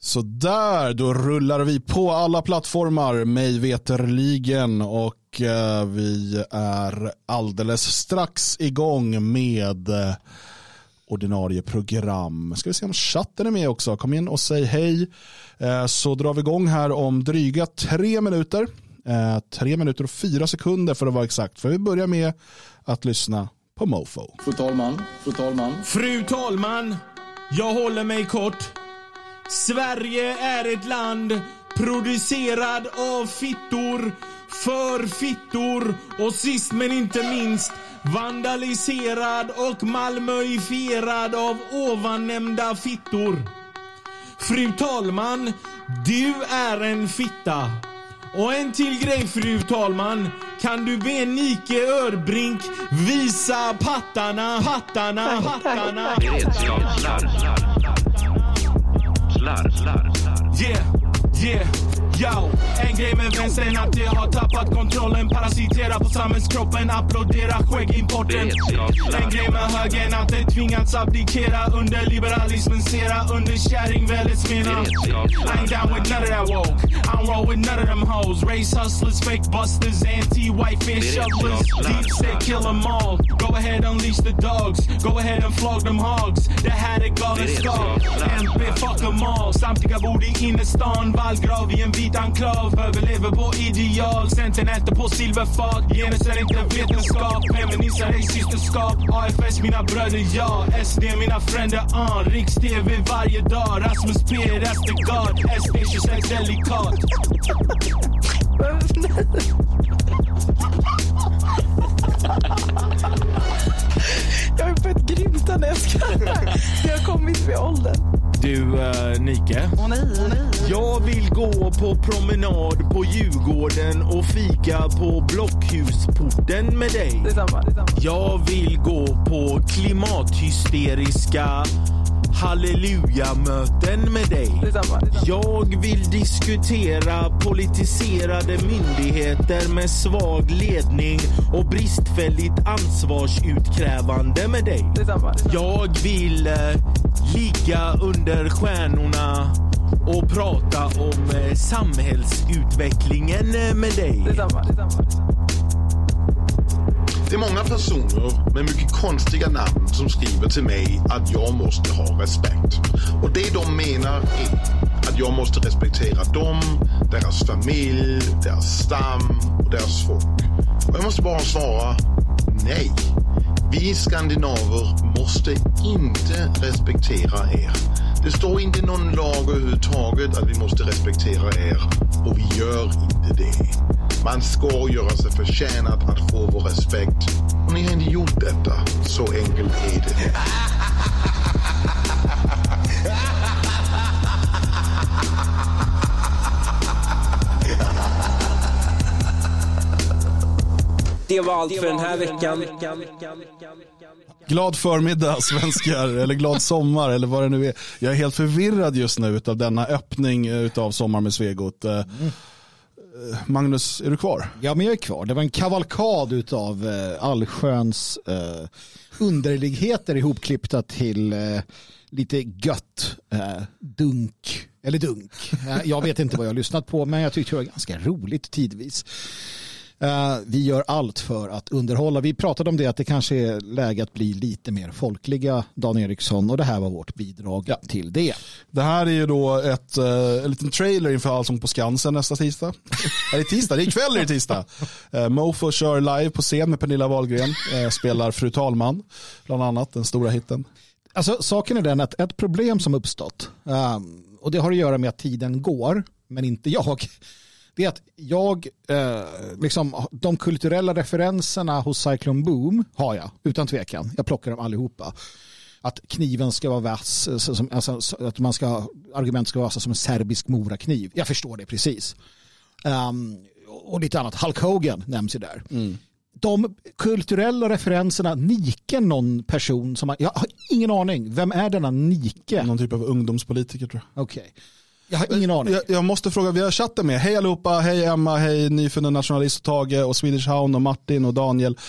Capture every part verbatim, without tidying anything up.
Så där, då rullar vi på alla plattformar, mig veterligen, och eh, vi är alldeles strax igång med eh, ordinarie program. Ska vi se om chatten är med också. Kom in och säg hej, eh, så drar vi igång här om dryga tre minuter. Eh, tre minuter och fyra sekunder för att vara exakt. För vi börjar med att lyssna på Mofo. Fru talman, fru talman. Fru talman, jag håller mig kort. Sverige är ett land producerad av fittor, för fittor och sist men inte minst vandaliserad och malmöifierad av ovannämnda fittor. Fru talman, du är en fitta. Och en till grej, fru talman. Kan du be Nike Örbrink visa pattarna, pattarna, pattarna? Slar, slar, slar. Yeah, yeah, yo. En grej med vänstern att de har tappat kontrollen. Parasitera på samhällskroppen, applådera skäggimporten. En grej med högern att de tvingats abdikera under liberalismen, sera under kärringväldets menar. I ain't down with none of that woke. I don't roll with none of them hoes. Race hustlers, fake busters, anti-white fish shovelers. Deep state, kill them all. Go ahead, unleash the dogs. Go ahead and flog them hogs. Det här är galen stad. M P, fuck them all. Samtliga bor i innerstan. Vallgrav i en vit enklav. Överlever på ideal. Centern äter på silverfat. Genus är inte vetenskap. Feminism är systerskap. A F S mina bröder, ja. S D mina fränder, ah. Riks-T V varje dag. Rasmus P, that's the god. S D tjugosex delikat. Jag är på ett grymta när jag skrattar. Jag har kommit vid åldern. Du, uh, Nike. Åh nej, åh nej. Jag vill gå på promenad på Djurgården och fika på Blockhusporten med dig. Detsamma, detsamma. Jag vill gå på klimathysteriska halleluja-möten med dig. Detsamma, detsamma. Jag vill diskutera politiserade myndigheter med svag ledning och bristfälligt ansvarsutkrävande med dig. Detsamma, detsamma. Jag vill eh, ligga under stjärnorna och prata om eh, samhällsutvecklingen eh, med dig. Detsamma, detsamma, detsamma. Det är många personer med mycket konstiga namn som skriver till mig att jag måste ha respekt. Och det de menar är att jag måste respektera dem, deras familj, deras stam och deras folk. Och jag måste bara svara nej. Vi skandinaver måste inte respektera er. Det står inte någon lag överhuvudtaget att vi måste respektera er, och vi gör inte det. Man ska göra sig förtjänat att få vår respekt, och ni har inte gjort detta. Så enkelt är det. Det var allt för den här veckan. Glad förmiddag svenskar, eller glad sommar, eller vad det nu är. Jag är helt förvirrad just nu utav denna öppning utav Sommar med Svegot. Mm. Magnus, är du kvar? Ja, men jag är kvar. Det var en kavalkad utav eh, allsköns eh, underligheter ihopklippta till eh, lite gött eh, dunk, eller dunk. Eh, jag vet inte vad jag har lyssnat på, men jag tyckte det var ganska roligt tidvis. Uh, vi gör allt för att underhålla. Vi pratade om det, att det kanske är läge att bli lite mer folkliga, Dan Eriksson, och det här var vårt bidrag ja. till det. Det här är ju då ett, uh, en liten trailer inför Allsång på Skansen nästa tisdag. Är det tisdag? Det är ikväll, är det tisdag. Uh, Mofo kör live på scen med Pernilla Wahlgren, uh, spelar Fru talman, bland annat, den stora hitten. Alltså, saken är den att ett problem som uppstått, um, och det har att göra med att tiden går, men inte jag, det är att jag, eh, liksom, de kulturella referenserna hos Cyclone Boom har jag, utan tvekan. Jag plockar dem allihopa. Att kniven ska vara vass, som, alltså, att man ska, argument ska vara som en serbisk morakniv. Jag förstår det precis. Um, och lite annat. Hulk Hogan nämns ju där. Mm. De kulturella referenserna, Nike, någon person som man, jag har ingen aning. Vem är denna Nike? Någon typ av ungdomspolitiker, tror jag. Okej. Okay. Jag har ingen aning. Jag, jag måste fråga, vi har chattat med. Hej allihopa, hej Emma, hej nyfunnen nationalist Tage och Swedish Hound och Martin och Daniel.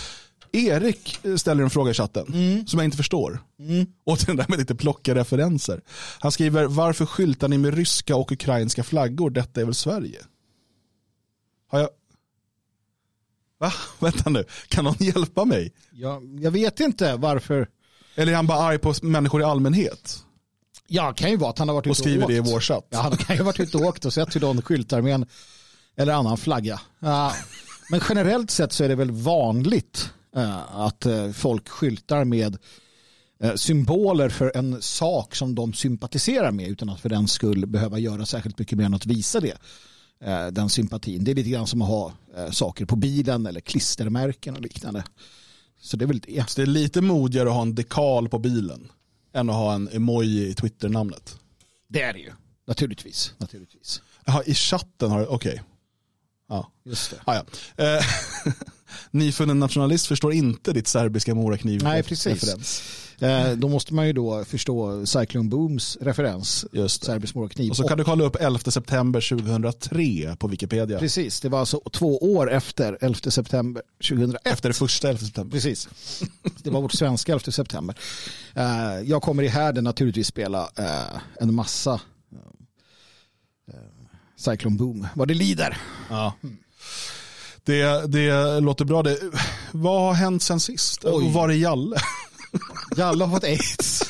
Erik ställer en fråga i chatten mm. som jag inte förstår. Mm. Och den där med lite plocka referenser. Han skriver, varför skyltar ni med ryska och ukrainska flaggor? Detta är väl Sverige? Har jag... Va? Vänta nu. Kan någon hjälpa mig? Ja, jag vet inte varför. Eller är han bara arg på människor i allmänhet? Ja, kan ju vara att han har varit ute och, och skriver åkt. det i vår chatt. Ja, han kan ju ha varit ute och åkt och sett hur de skyltar med en eller annan flagga. Ja. Men generellt sett så är det väl vanligt uh, att uh, folk skyltar med uh, symboler för en sak som de sympatiserar med utan att för den skull behöva göra särskilt mycket mer än att visa det. Uh, den sympatin. Det är lite grann som att ha uh, saker på bilen eller klistermärken och liknande. Så det är väl det. Så det är lite modigare att ha en dekal på bilen än att ha en emoji i Twitter-namnet. Det är det ju. Naturligtvis. Naturligtvis. Jaha, i chatten har det... Okej. Okay. Ja. Just det. Ah, ja. eh, nyfunnen nationalist förstår inte ditt serbiska morakniv. Nej, precis. Referens. Eh, då måste man ju då förstå Cyclone Booms referens. Just det. Serbisk morakniv. Och så kan du kolla upp elfte september tjugohundratre på Wikipedia. Precis, det var alltså två år efter elfte september tjugohundraett. Efter det första elfte september. Precis. Det var vårt svenska elfte september. Eh, jag kommer i härden naturligtvis spela eh, en massa eh, Cyclone Boom. Vad det lider. Ja. Det, det låter bra. Det, vad har hänt sen sist? Oj. Och var är Jalle? Jalle har fått aids.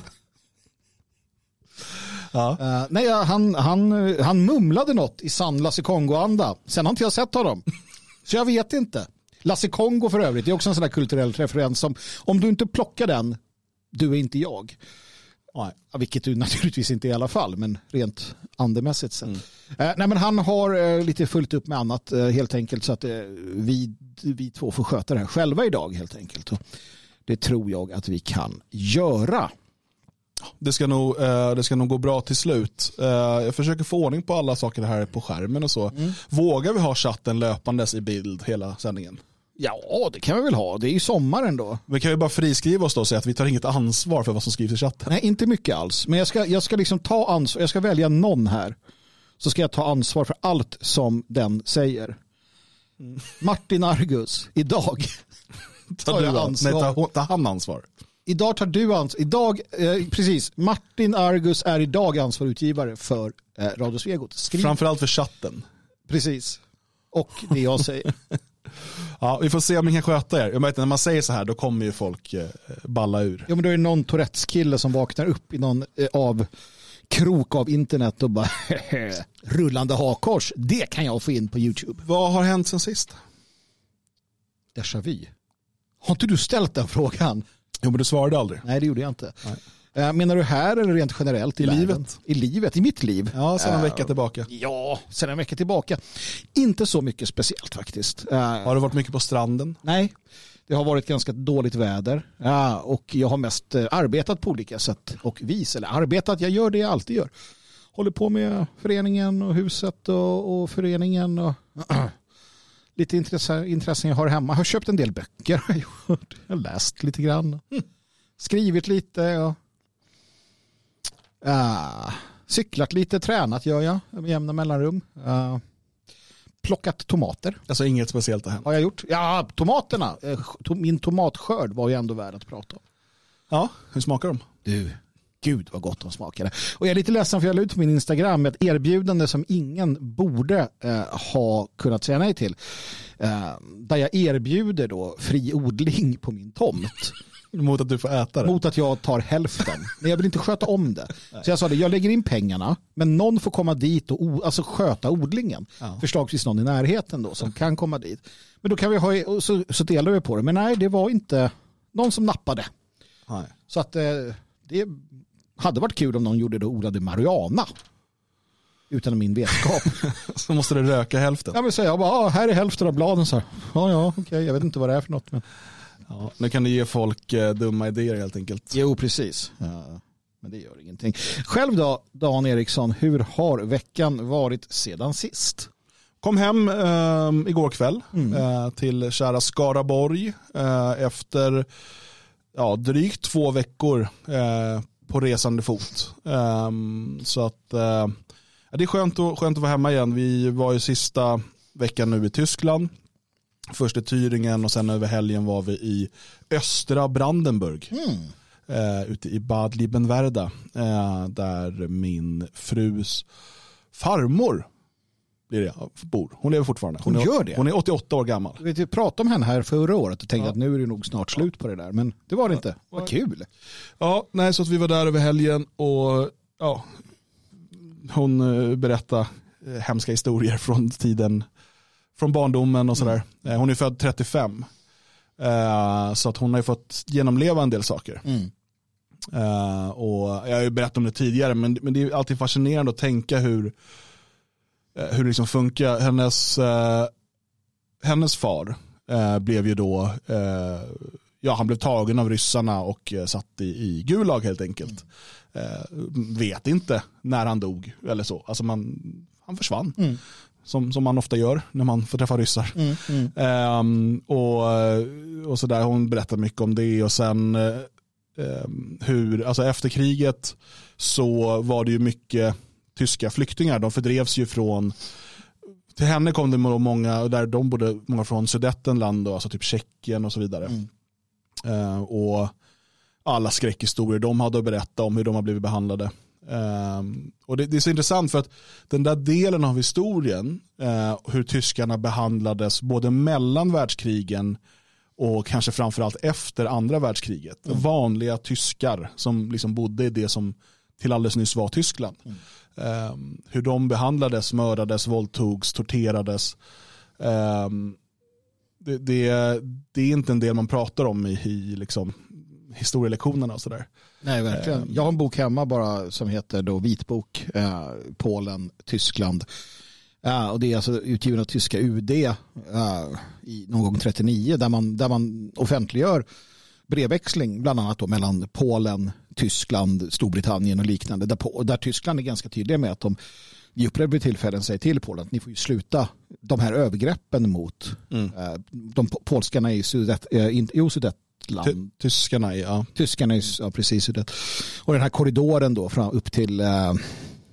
Ja. Uh, nej, han, han, han mumlade något i sann Lasse Kongo-anda. Sen har inte jag sett honom. Så jag vet inte. Lasse Kongo för övrigt, det är också en sån där kulturell referens som om du inte plockar den, du är inte jag. Nej, vilket du naturligtvis inte är i alla fall, men rent andemässigt sett. Mm. Uh, nej, men han har uh, lite fullt upp med annat uh, helt enkelt så att uh, vi, vi två får sköta det här själva idag helt enkelt. Och det tror jag att vi kan göra. Det ska nog, uh, det ska nog gå bra till slut. Uh, jag försöker få ordning på alla saker här på skärmen och så. Mm. Vågar vi ha chatten löpandes i bild hela sändningen? Ja, det kan vi väl ha. Det är ju sommaren då. Vi kan ju bara friskriva oss då och säga att vi tar inget ansvar för vad som skrivs i chatten. Nej, inte mycket alls. Men jag ska, jag ska liksom ta ansvar. Jag ska välja någon här. Så ska jag ta ansvar för allt som den säger. Mm. Martin Argus, idag tar, du ansvar. Nej, tar, tar han ansvar? Idag tar du ansvar. Idag, eh, precis. Martin Argus är idag ansvarutgivare för eh, Radio Svegot. Skriv. Framförallt för chatten. Precis. Och det jag säger. Ja, vi får se om ni kan sköta er. Jag vet, när man säger så här, då kommer ju folk eh, balla ur. Ja, men då är det någon Tourettes-kille som vaknar upp i någon eh, av krok av internet och bara rullande hakors. Det kan jag få in på YouTube. Vad har hänt sen sist? Déjà vu. Har inte du ställt den frågan? Jo, men du svarade aldrig. Nej, det gjorde jag inte. Nej. Menar du här eller rent generellt i, I livet? I livet, i mitt liv. Ja, sedan en uh, vecka tillbaka. Ja, sedan en vecka tillbaka. Inte så mycket speciellt faktiskt. Uh, har du varit mycket på stranden? Nej, det har varit ganska dåligt väder. Uh, och jag har mest uh, arbetat på olika sätt och vis. Eller arbetat, jag gör det jag alltid gör. Håller på med föreningen och huset och, och föreningen och uh, lite intresse, intressen jag har hemma. Jag har köpt en del böcker. Jag har läst lite grann. Mm. Skrivit lite och Uh, cyklat lite, tränat gör jag med jämna mellanrum. Uh, plockat tomater. Alltså inget speciellt att hända. Har jag gjort? Ja, tomaterna. Uh, to- min tomatskörd var ju ändå värd att prata om. Ja, hur smakar de? Du, gud vad gott de smakade. Och jag är lite ledsen för jag la ut på min Instagram med ett erbjudande som ingen borde uh, ha kunnat säga nej till. Uh, där jag erbjuder då fri odling på min tomt. Mot att du får äta det? Mot att jag tar hälften. Men jag vill inte sköta om det. Så jag sa det, jag lägger in pengarna, men någon får komma dit och o- alltså sköta odlingen. Ja. Förslagsvis någon i närheten då som kan komma dit. Men då kan vi ha, och så, så delar vi på det. Men nej, det var inte någon som nappade. Nej. Så att eh, det hade varit kul om någon gjorde det och odlade marijuana. Utan min vetskap. Så måste det röka hälften. Ja, men säger jag bara, ah, här är hälften av bladen. Så här. Ja, ja, okej, okay, jag vet inte vad det är för något. Men... Ja, nu kan du ge folk eh, dumma idéer helt enkelt. Jo, precis. Ja, men det gör ingenting. Själv då, Dan Eriksson, hur har veckan varit sedan sist? Kom hem eh, igår kväll mm. eh, till kära Skaraborg eh, efter ja, drygt två veckor eh, på resande fot. Eh, så att eh, det är skönt att, skönt att vara hemma igen. Vi var ju sista veckan nu i Tyskland. Först i Thüringen och sen över helgen var vi i östra Brandenburg. Mm. Uh, ute i Bad Liebenwerda. Uh, där min frus farmor blir det, bor. Hon lever fortfarande. Hon, hon gör är, det? Hon är åttioåtta år gammal. Vi vet, pratade om henne här förra året och tänkte ja. att nu är det nog snart slut på det där. Men det var det inte. Vad kul. Ja, nej, så att vi var där över helgen och ja, hon uh, berättade uh, hemska historier från tiden, från barndomen och sådär. Mm. Uh, hon är född trettiofem. Uh, så att hon har ju fått genomleva en del saker. Mm. Uh, och jag har ju berättat om det tidigare, men, men det är alltid fascinerande att tänka hur, uh, hur det liksom funkar. Hennes, uh, hennes far uh, blev ju då, uh, ja, han blev tagen av ryssarna och uh, satt i, i Gulag helt enkelt. Mm. Uh, vet inte när han dog eller så. Alltså man, han försvann. Mm. Som, som man ofta gör när man får träffa ryssar. Mm, mm. Um, och, och så där, hon berättar mycket om det. Och sen um, hur, alltså efter kriget så var det ju mycket tyska flyktingar. De fördrevs ju från, till henne kom det många, där de bodde många från Sudetenland, alltså typ Tjeckien och så vidare. Mm. Uh, och alla skräckhistorier de hade att berätta om hur de har blivit behandlade. Um, och det, det är så intressant för att den där delen av historien, uh, hur tyskarna behandlades både mellan världskrigen och kanske framförallt efter andra världskriget. Mm. Vanliga tyskar som liksom bodde i det som till alldeles nyss var Tyskland. Mm. Um, hur de behandlades, mördades, våldtogs, torterades. Um, det, det, det är inte en del man pratar om i, i liksom historielektionerna och sådär. Nej, verkligen. Jag har en bok hemma bara som heter då Vitbok, eh, Polen, Tyskland. Eh, och det är alltså utgiven av tyska U D eh, i någon gång trettionio där man, där man offentliggör brevväxling bland annat då mellan Polen, Tyskland, Storbritannien och liknande. Där, på, där Tyskland är ganska tydliga med att de i upprepade tillfällen säger till Polen att ni får ju sluta de här övergreppen mot mm. eh, de polskarna i Sudet, eh, i Sudet Land. Tyskarna, ja. Tyskarna, ja precis. Och den här korridoren då fram upp till äh, äh,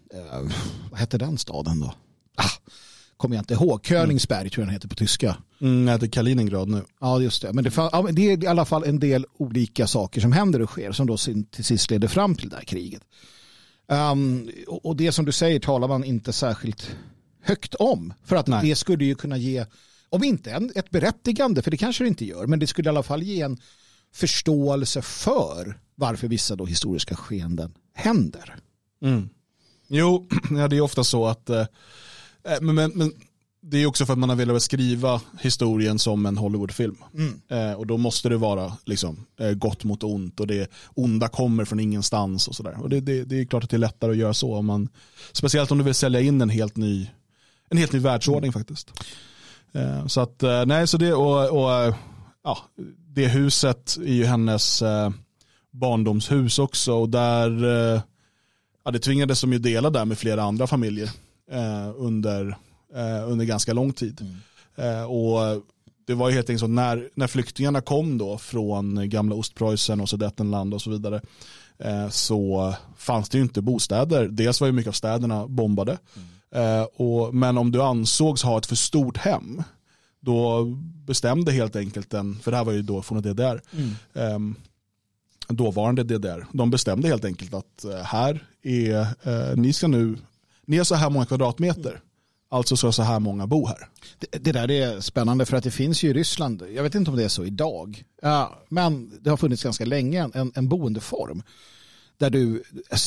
vad heter den staden då? Ah, kommer jag inte ihåg. Königsberg mm. tror jag den heter på tyska. Mm, det är Kaliningrad nu. Ja, just det. Men det, ja, det är i alla fall en del olika saker som händer och sker som då till sist leder fram till det här kriget. Um, och, och det som du säger talar man inte särskilt högt om. För att Nej. det skulle ju kunna ge, om inte en, ett berättigande, för det kanske det inte gör, men det skulle i alla fall ge en förståelse för varför vissa då historiska skeenden händer. Mm. Jo, ja, det är ofta så att eh, men, men, men det är också för att man har velat skriva historien som en Hollywoodfilm. Mm. Eh, och då måste det vara liksom, eh, gott mot ont och det onda kommer från ingenstans och sådär. Och det, det, det är klart att det är lättare att göra så om man, speciellt om du vill sälja in en helt ny en helt ny världsordning mm. faktiskt. Eh, så att, eh, nej så det och, och ja, det huset är ju hennes eh, barndomshus också och där eh, ja, det tvingades de ju dela där med flera andra familjer eh, under, eh, under ganska lång tid. Mm. Eh, och det var ju helt enkelt så när, när flyktingarna kom då från gamla Ostpreussen och Sudetenland och så vidare eh, så fanns det ju inte bostäder. Dels var ju mycket av städerna bombade. Mm. Eh, och, men om du ansågs ha ett för stort hem då bestämde helt enkelt den, för det här var ju då från D D R, mm. eh, dåvarande D D R, de bestämde helt enkelt att eh, här är, eh, ni ska nu, ni har så här många kvadratmeter, mm. alltså ska så här många bo här. Det, det där är spännande för att det finns ju i Ryssland, jag vet inte om det är så idag, ja, men det har funnits ganska länge en, en boendeform där du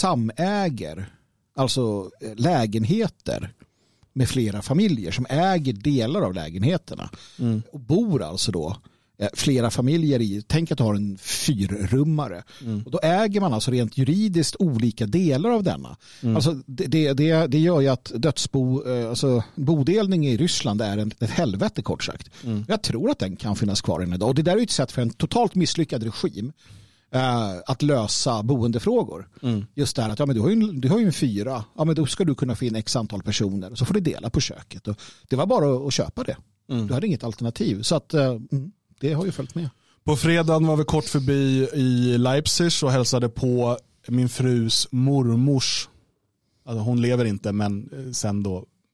samäger, alltså lägenheter med flera familjer som äger delar av lägenheterna mm. och bor alltså då eh, flera familjer i, tänk att du har en fyrrummare mm. och då äger man alltså rent juridiskt olika delar av denna. Mm. Alltså det, det, det, det gör ju att dödsbo, eh, alltså bodelning i Ryssland är en, ett helvete kort sagt. Mm. Jag tror att den kan finnas kvar än idag och det där är ju ett sätt för en totalt misslyckad regim Uh, att lösa boendefrågor. Mm. Just det här att ja, men du, har ju, du har ju en fyra, ja, men då ska du kunna få in x antal personer och så får du dela på köket. Och det var bara att, att köpa det. Mm. Du hade inget alternativ. Så att, uh, det har ju följt med. På fredagen var vi kort förbi i Leipzig och hälsade på min frus mormors, alltså hon lever inte men sen då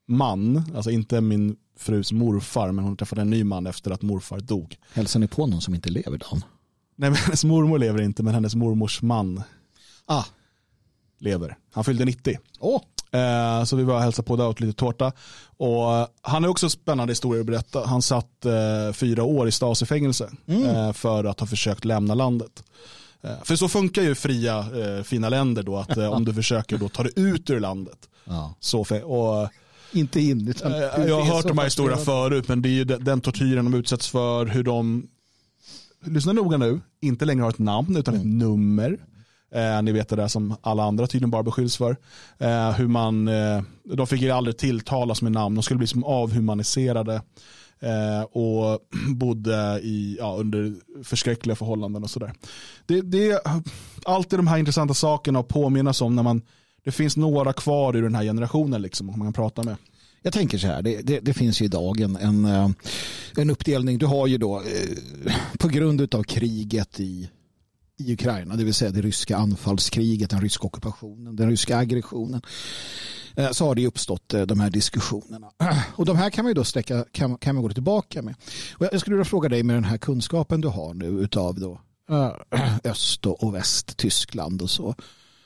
man, alltså inte min frus morfar, men hon träffade en ny man efter att morfar dog. Hälsar ni på någon som inte lever, Dan? Nej, men hennes mormor lever inte, men hennes mormors man ah. lever. Han fyllde nittio. Oh. Eh, så vi var och hälsade på där åt lite tårta. Och han är också spännande historier att berätta. Han satt eh, fyra år i Stasi-fängelse mm. eh, för att ha försökt lämna landet. Eh, för så funkar ju fria, eh, fina länder då, att eh, om du försöker då ta dig ut ur landet. Ja. Så för, och inte in, utan eh, jag har hört de här historierna förut, men det är ju den, den tortyren de utsätts för, hur de, lyssna noga nu, inte längre har ett namn utan mm. ett nummer. Eh, ni vet det där som alla andra tydligen bara beskylls för. Eh, hur man, eh, de fick ju aldrig tilltalas med namn. De skulle bli som avhumaniserade eh, och bodde i, ja, under förskräckliga förhållanden och sådär. Det, det är alltid de här intressanta sakerna att påminnas om när man, det finns några kvar i den här generationen liksom, man kan prata med. Jag tänker så här, det, det, det finns ju idag en, en, en uppdelning. Du har ju då eh, på grund av kriget i i Ukraina, det vill säga det ryska anfallskriget, den ryska ockupationen, den ryska aggressionen, så har det uppstått de här diskussionerna. Och de här kan man ju då sträcka, kan, kan man gå tillbaka med. Och jag skulle vilja fråga dig med den här kunskapen du har nu utav då öst och väst, Tyskland och så.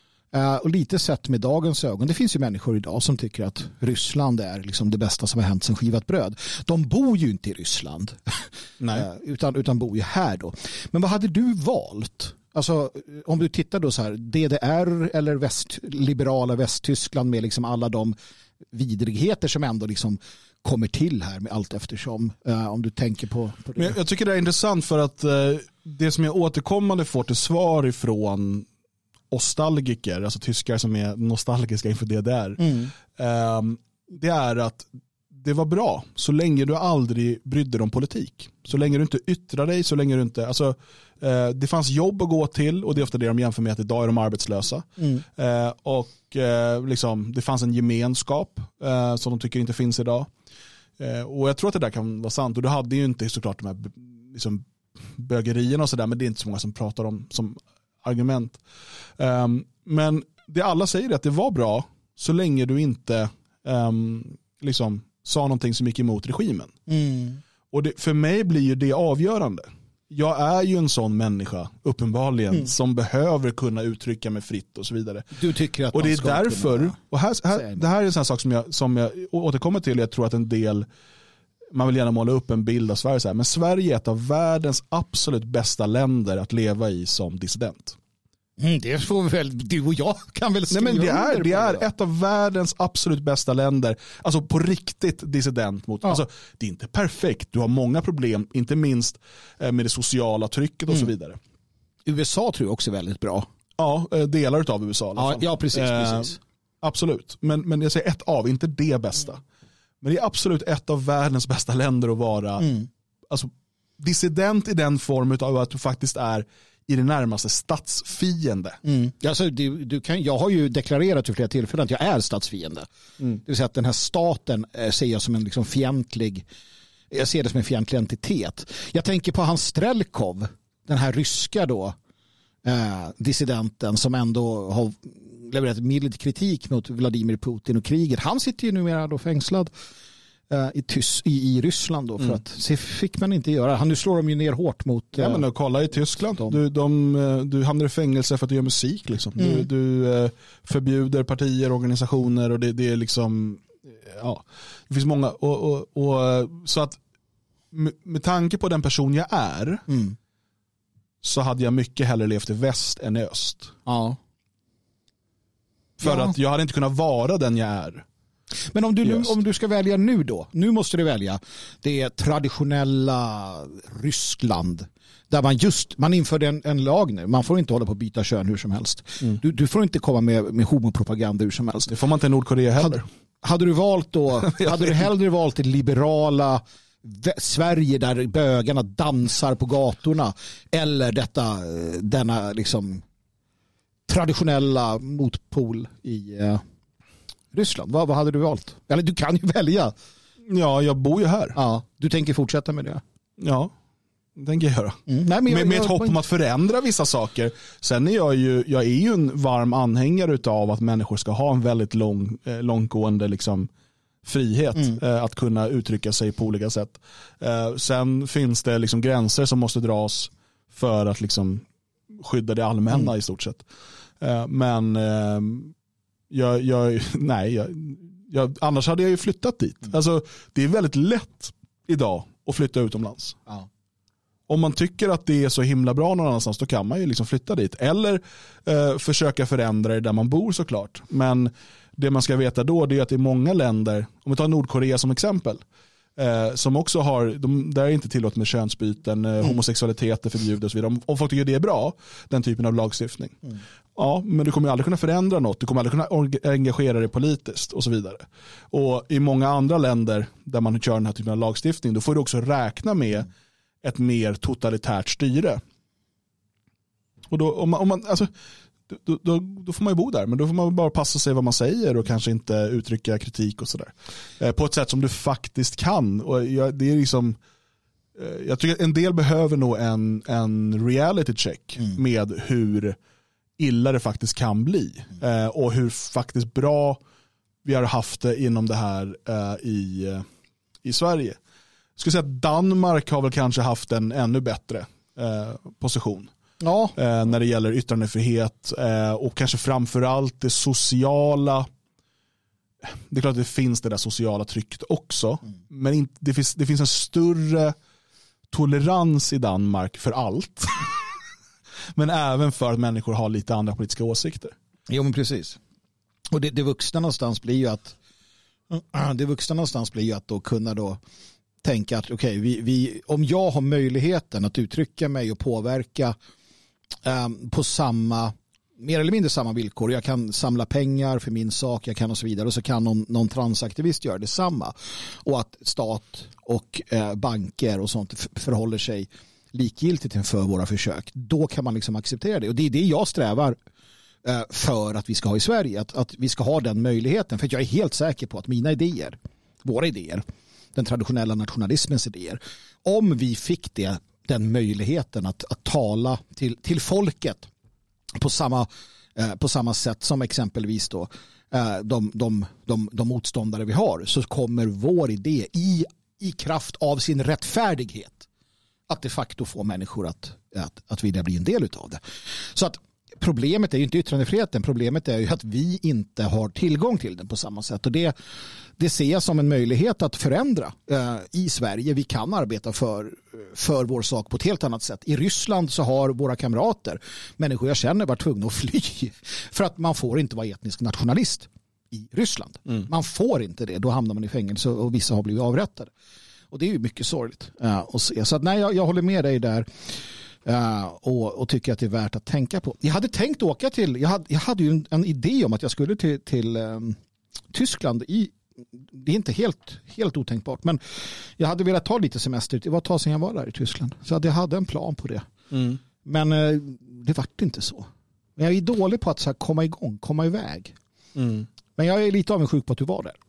Och lite sett med dagens ögon, det finns ju människor idag som tycker att Ryssland är liksom det bästa som har hänt sedan skivat bröd. De bor ju inte i Ryssland. Nej. utan, utan bor ju här då. Men vad hade du valt? Alltså om du tittar då så här, D D R eller väst, liberala Västtyskland med liksom alla de vidrigheter som ändå liksom kommer till här med allt eftersom, uh, om du tänker på, på det. Men jag tycker det är intressant för att uh, det som jag återkommande får till svar ifrån nostalgiker, alltså tyskar som är nostalgiska inför D D R, mm. um, det är att det var bra så länge du aldrig brydde dig om politik. Så länge du inte yttrar dig, så länge du inte, alltså eh, det fanns jobb att gå till och det är ofta det de jämför med att idag är de arbetslösa. Mm. Eh, och eh, liksom, det fanns en gemenskap eh, som de tycker inte finns idag. Eh, och jag tror att det där kan vara sant. Och du hade ju inte såklart de här liksom, bögerierna och sådär, men det är inte så många som pratar om som argument. Eh, men det alla säger är att det var bra så länge du inte eh, liksom sa någonting som gick emot regimen. Mm. Och det, för mig blir ju det avgörande. Jag är ju en sån människa, uppenbarligen, mm. som behöver kunna uttrycka mig fritt och så vidare. Du tycker att och det är man därför, kunna... och här, här, det här är en sån sak som jag, som jag återkommer till, jag tror att en del, man vill gärna måla upp en bild av Sverige så här, men Sverige är ett av världens absolut bästa länder att leva i som dissident. Mm, det får väl du och jag kan väl skriva. Nej, men det är, det är ett av världens absolut bästa länder. Alltså på riktigt dissident mot. Ja. Alltså, det är inte perfekt. Du har många problem, inte minst med det sociala trycket och mm. så vidare. U S A tror jag också är väldigt bra. Ja, delar av U S A i alla fall. Ja, ja precis. Eh, precis. Absolut. Men, men jag säger ett av, inte det bästa. Mm. Men det är absolut ett av världens bästa länder att vara mm. alltså, dissident i den formen av att du faktiskt är i det närmaste statsfiende. Mm. Alltså, du, du kan, jag har ju deklarerat vid flera tillfällen att jag är statsfiende. Mm. Det vill säga att den här staten eh, ser jag som en liksom fientlig, jag ser det som en fientlig entitet. Jag tänker på Hans Strelkov, den här ryska då, eh, dissidenten som ändå har levererat mild kritik mot Vladimir Putin och kriget. Han sitter ju numera då fängslad I, Tys- i, i Ryssland då, för mm. att se fick man inte göra. Han nu slår de ju ner hårt mot ja, men då, kolla i Tyskland. De. Du, de, du hamnar i fängelse för att du gör musik liksom. Mm. Du, du eh, förbjuder partier, organisationer och det, det är liksom ja, det finns många och, och, och så att med, med tanke på den person jag är mm. så hade jag mycket hellre levt i väst än i öst. Ja. För ja. att jag hade inte kunnat vara den jag är. Men om du, nu, om du ska välja nu då, nu måste du välja det traditionella Ryssland där man just, man införde en, en lag nu, man får inte hålla på att byta kön hur som helst. Mm. Du, du får inte komma med, med homopropaganda hur som helst. Det får man inte i Nordkorea heller. Hade, hade du valt då, hade du hellre valt det liberala Sverige där bögarna dansar på gatorna eller detta, denna liksom traditionella motpol i uh, Ryssland? Vad, vad hade du valt? Eller du kan ju välja. Ja, jag bor ju här. Ja, du tänker fortsätta med det? Ja, det tänker jag göra. Mm. Nej, men jag, med, med ett jag, hopp jag, om att förändra vissa saker. Sen är jag ju, jag är ju en varm anhängare av att människor ska ha en väldigt lång, eh, långtgående liksom, frihet mm. eh, att kunna uttrycka sig på olika sätt. Eh, sen finns det liksom gränser som måste dras för att liksom skydda det allmänna mm. i stort sett. Eh, men eh, jag, jag, nej, jag, jag, annars hade jag ju flyttat dit. Mm. Alltså, det är väldigt lätt idag att flytta utomlands. Ja. Om man tycker att det är så himla bra någon annanstans, då kan man ju liksom flytta dit. Eller eh, försöka förändra det där man bor såklart. Men det man ska veta då, det är att det är många länder, om vi tar Nordkorea som exempel, eh, som också har, de, där är inte tillåtet med könsbyten, eh, mm. homosexualitet är förbjudet och så vidare. Om, om folk tycker det är bra, den typen av lagstiftning. Mm. Ja, men du kommer aldrig kunna förändra något, du kommer aldrig kunna orga, engagera dig politiskt och så vidare. Och i många andra länder där man kör den här typen av lagstiftning, då får du också räkna med mm. ett mer totalitärt styre. Och då, om man, om man, alltså, då, då, då får man ju bo där, men då får man bara passa sig vad man säger och kanske inte uttrycka kritik och sådär. Eh, på ett sätt som du faktiskt kan. Och jag, det är liksom, eh, jag tycker att en del behöver nog en, en reality check mm. med hur illa det faktiskt kan bli. Eh, och hur faktiskt bra vi har haft det inom det här eh, i, i Sverige. Jag skulle säga att Danmark har väl kanske haft en ännu bättre eh, position. Ja. Eh, när det gäller yttrandefrihet eh, och kanske framförallt det sociala. Det är klart att det finns det där sociala trycket också. Mm. Men inte, det, finns, det finns en större tolerans i Danmark för allt. Men även för att människor har lite andra politiska åsikter. Jo, men precis. Och det, det vuxna någonstans blir ju att det vuxna någonstans blir ju att då kunna då tänka att okej, okay, vi, vi, om jag har möjligheten att uttrycka mig och påverka um, på samma, mer eller mindre samma villkor. Jag kan samla pengar för min sak, jag kan och så vidare. Och så kan någon, någon transaktivist göra detsamma. Och att stat och eh, banker och sånt förhåller sig likgiltigt inför våra försök. Då kan man liksom acceptera det. Och det är det jag strävar eh, för att vi ska ha i Sverige. Att, att vi ska ha den möjligheten. För jag är helt säker på att mina idéer, våra idéer, den traditionella nationalismens idéer, om vi fick det, den möjligheten att, att tala till, till folket på samma, eh, på samma sätt som exempelvis då, eh, de, de, de, de motståndare vi har, så kommer vår idé i, i kraft av sin rättfärdighet att de facto få människor att, att, att vilja bli en del av det. Så att problemet är ju inte yttrandefriheten, problemet är ju att vi inte har tillgång till den på samma sätt. Och det, det ser jag som en möjlighet att förändra eh, i Sverige. Vi kan arbeta för, för vår sak på ett helt annat sätt. I Ryssland så har våra kamrater, människor jag känner, varit tvungna att fly. För att man får inte vara etnisk nationalist i Ryssland. Mm. Man får inte det, då hamnar man i fängelse och vissa har blivit avrättade. Och det är ju mycket sorgligt uh, att se. Så att, nej, jag, jag håller med dig där. Uh, och, och tycker att det är värt att tänka på. Jag hade tänkt åka till, jag hade, jag hade ju en, en idé om att jag skulle till, till um, Tyskland. I, det är inte helt, helt otänkbart, men jag hade velat ta lite semester. Det var ett tag sedan jag var där i Tyskland. Så att jag hade en plan på det. Mm. Men uh, det vart inte så. Men jag är dålig på att så här, komma igång, komma iväg. Mm. Men jag är lite avundsjuk på att du var där.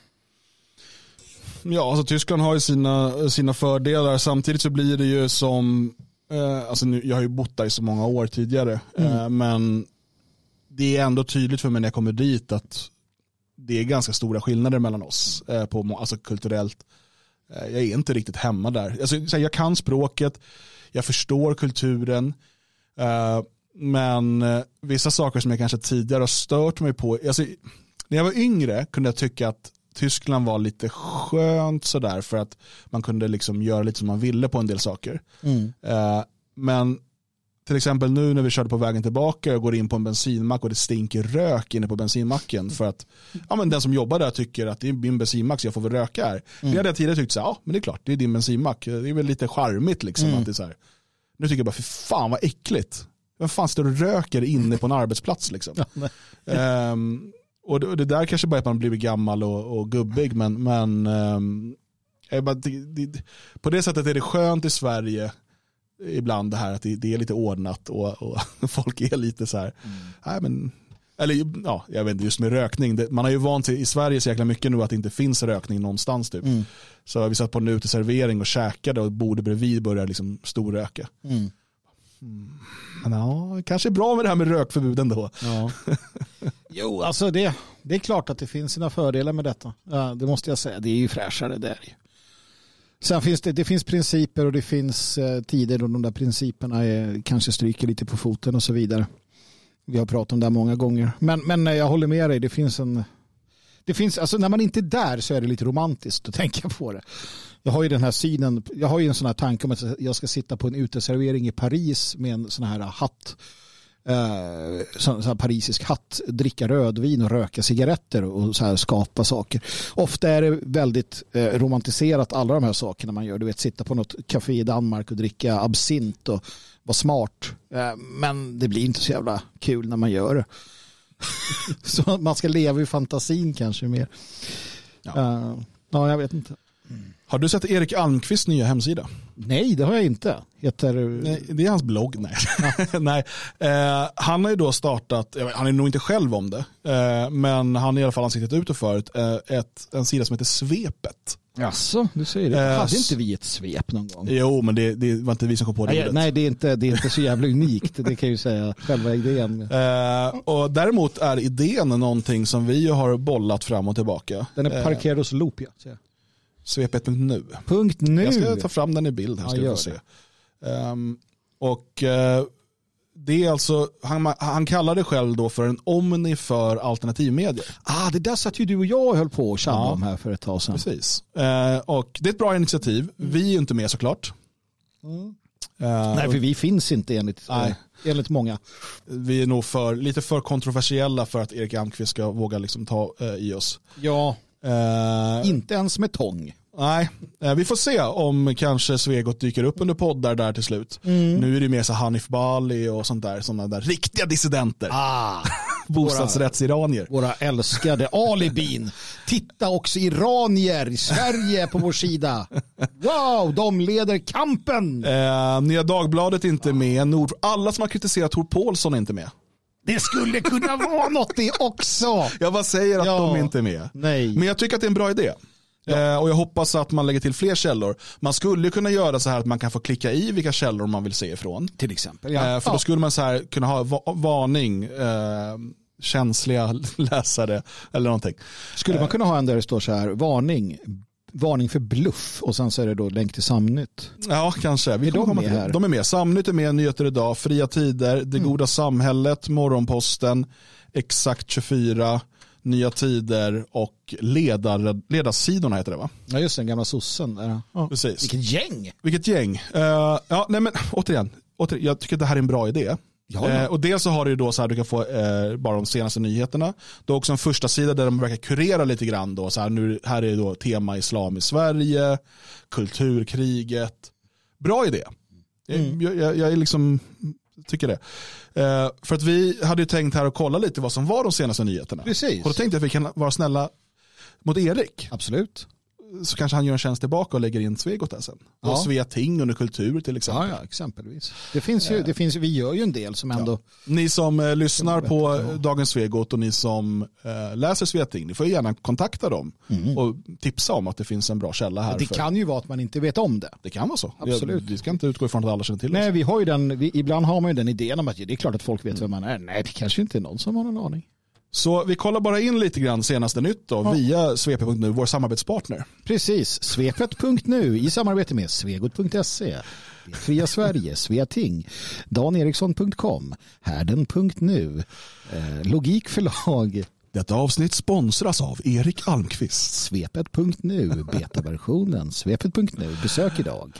Ja, alltså Tyskland har ju sina, sina fördelar. Samtidigt så blir det ju som eh, alltså nu, jag har ju bott där i så många år tidigare. Mm. Eh, men det är ändå tydligt för mig när jag kommer dit att det är ganska stora skillnader mellan oss eh, på, alltså kulturellt. Eh, jag är inte riktigt hemma där. Alltså, jag kan språket, jag förstår kulturen. Eh, men eh, vissa saker som jag kanske tidigare har stört mig på. Alltså, när jag var yngre kunde jag tycka att Tyskland var lite skönt sådär för att man kunde liksom göra lite som man ville på en del saker. Mm. Eh, men till exempel nu när vi körde på vägen tillbaka och går in på en bensinmack och det stinker rök inne på bensinmacken för att ja, men den som jobbar där tycker att det är min bensinmack så jag får väl röka här. Mm. Det hade jag tidigare tyckt så här, ja men det är klart, det är din bensinmack. Det är väl lite charmigt liksom mm. att det är så här. Nu tycker jag bara, för fan vad äckligt. Vem fan står och röker inne på en arbetsplats liksom? Ja, um, Och det, det där kanske bara att man blir gammal och, och gubbig, men, men um, bara, det, det, på det sättet är det skönt i Sverige ibland det här att det, det är lite ordnat och, och folk är lite så här, mm. nej men, eller ja, jag vet inte, just med rökning, det, man har ju vant sig i Sverige så jäkla mycket nu att det inte finns rökning någonstans typ. Mm. Så vi satt på en uteservering och käkade och bordet bredvid började liksom storröka. Mm. Mm. Ja, kanske är bra med det här med rökförbud ändå. Ja. Jo, alltså det, det är klart att det finns sina fördelar med detta. Ja, det måste jag säga. Det är ju fräschare där. Sen finns det, det finns principer och det finns eh, tider då de där principerna är, kanske stryker lite på foten och så vidare. Vi har pratat om det här många gånger. Men, men jag håller med dig. Det finns en... Det finns, alltså när man inte är där så är det lite romantiskt att tänka på det. Jag har ju den här synen, jag har ju en sån här tanke om att jag ska sitta på en uteservering i Paris med en sån här hatt, eh, sån här parisisk hatt, dricka rödvin och röka cigaretter och så här skapa saker. Ofta är det väldigt eh, romantiserat alla de här sakerna man gör. Du vet, sitta på något café i Danmark och dricka absint och vara smart. Eh, men det blir inte så jävla kul när man gör det. Så man ska leva i fantasin kanske mer. Ja, uh, ja jag vet inte. Har du sett Erik Almqvists nya hemsida? Nej, det har jag inte. Heter... Nej, det är hans blogg. Nej. Ja. Nej. Eh, han har ju då startat, han är nog inte själv om det, eh, men han har i alla fall ansiktet ute förut, eh, ett, en sida som heter Svepet. Jaså, du säger det. Eh, Hade inte vi ett svep någon gång? Jo, men det, det var inte vi som kom på det. Nej, nej det, är inte, det är inte så jävla unikt. Det kan jag ju säga, själva idén. Eh, och däremot är idén någonting som vi har bollat fram och tillbaka. Den är parkerad hos Loopia. Svepet punkt nu. Punkt nu. Jag ska ta fram den i bild här. Ska ja, få se. Um, och uh, det är alltså, han, han kallar det själv då för en omni för alternativmedier. Ah, det där satt ju du och jag höll på och tjabba ja, om här för ett tag sedan. Precis. Uh, och det är ett bra initiativ. Vi är ju inte med såklart. Mm. Uh, Nej, för vi finns inte enligt, nej. enligt många. Vi är nog för, lite för kontroversiella för att Erik Almqvist ska våga liksom ta uh, i oss. Ja, uh, inte ens med tång. Nej, vi får se om kanske Svegot dyker upp under poddar där till slut. Mm. Nu är det mer så Hanif Bali och sånt där, sådana där riktiga dissidenter. Ah, bostadsrättsiranier. Våra, våra älskade alibin. Titta också iranier i Sverige på vår sida. Wow, de leder kampen. Eh, Nya Dagbladet är inte med. Nord, alla som har kritiserat Tor Paulsson är inte med. Det skulle kunna vara något det också. Jag bara säger att ja. de inte är med. Nej. Men jag tycker att det är en bra idé. Ja. Eh, och jag hoppas att man lägger till fler källor. Man skulle kunna göra så här att man kan få klicka i vilka källor man vill se ifrån. Till exempel. Ja. Eh, för ja. då skulle man så här kunna ha va- varning, eh, känsliga läsare eller någonting. Skulle man kunna ha en där det står så här, varning, varning för bluff och sen så är det då länk till Samnytt. Ja, kanske. Vi är de med här? De är med. Samnytt är med, Nyheter idag, Fria Tider, Det goda mm. samhället, Morgonposten, Exakt tjugofyra, Nya Tider och ledar, ledarsidorna heter det, va? Ja, just den gamla sossen. Ja. Precis. Vilket gäng! Vilket gäng. Uh, ja, nej men återigen, återigen, jag tycker att det här är en bra idé. Ja, ja. Uh, och dels så har du ju då så här, du kan få uh, bara de senaste nyheterna. Det är också en första sida där de verkar kurera lite grann då. Så här, nu, här är då tema islam i Sverige, kulturkriget. Bra idé. Mm. Jag, jag, jag är liksom... tycker det. Uh, för att vi hade ju tänkt här att kolla lite vad som var de senaste nyheterna. Precis. Och då tänkte jag att vi kan vara snälla mot Erik. Absolut. Så kanske han gör en tjänst tillbaka och lägger in Svegot där sen. Ja. Och Svea Ting under kultur till exempel. Ja, ja, exempelvis. Det finns ju, det finns, vi gör ju en del som ändå... Ja. Ni som eh, lyssnar på ja. Dagens Svegot och ni som eh, läser Svea Ting, ni får gärna kontakta dem mm. och tipsa om att det finns en bra källa här. Det för... kan ju vara att man inte vet om det. Det kan vara så. Absolut. Vi ska inte utgå ifrån att alla känner till Nej, oss. vi har ju den, vi, ibland har man ju den idén om att det är klart att folk vet vem man är. Nej, det kanske inte är någon som har en aning. Så vi kollar bara in lite grann senaste nytt då, ja. via svepet punkt nu, vår samarbetspartner. Precis, svepet punkt nu i samarbete med svegot punkt se, Fria Sverige, Svea Ting, dan eriksson punkt com, härden punkt nu, eh, Logikförlag. Detta avsnitt sponsras av Erik Almqvist. svepet punkt nu, betaversionen, svepet punkt nu, besök idag.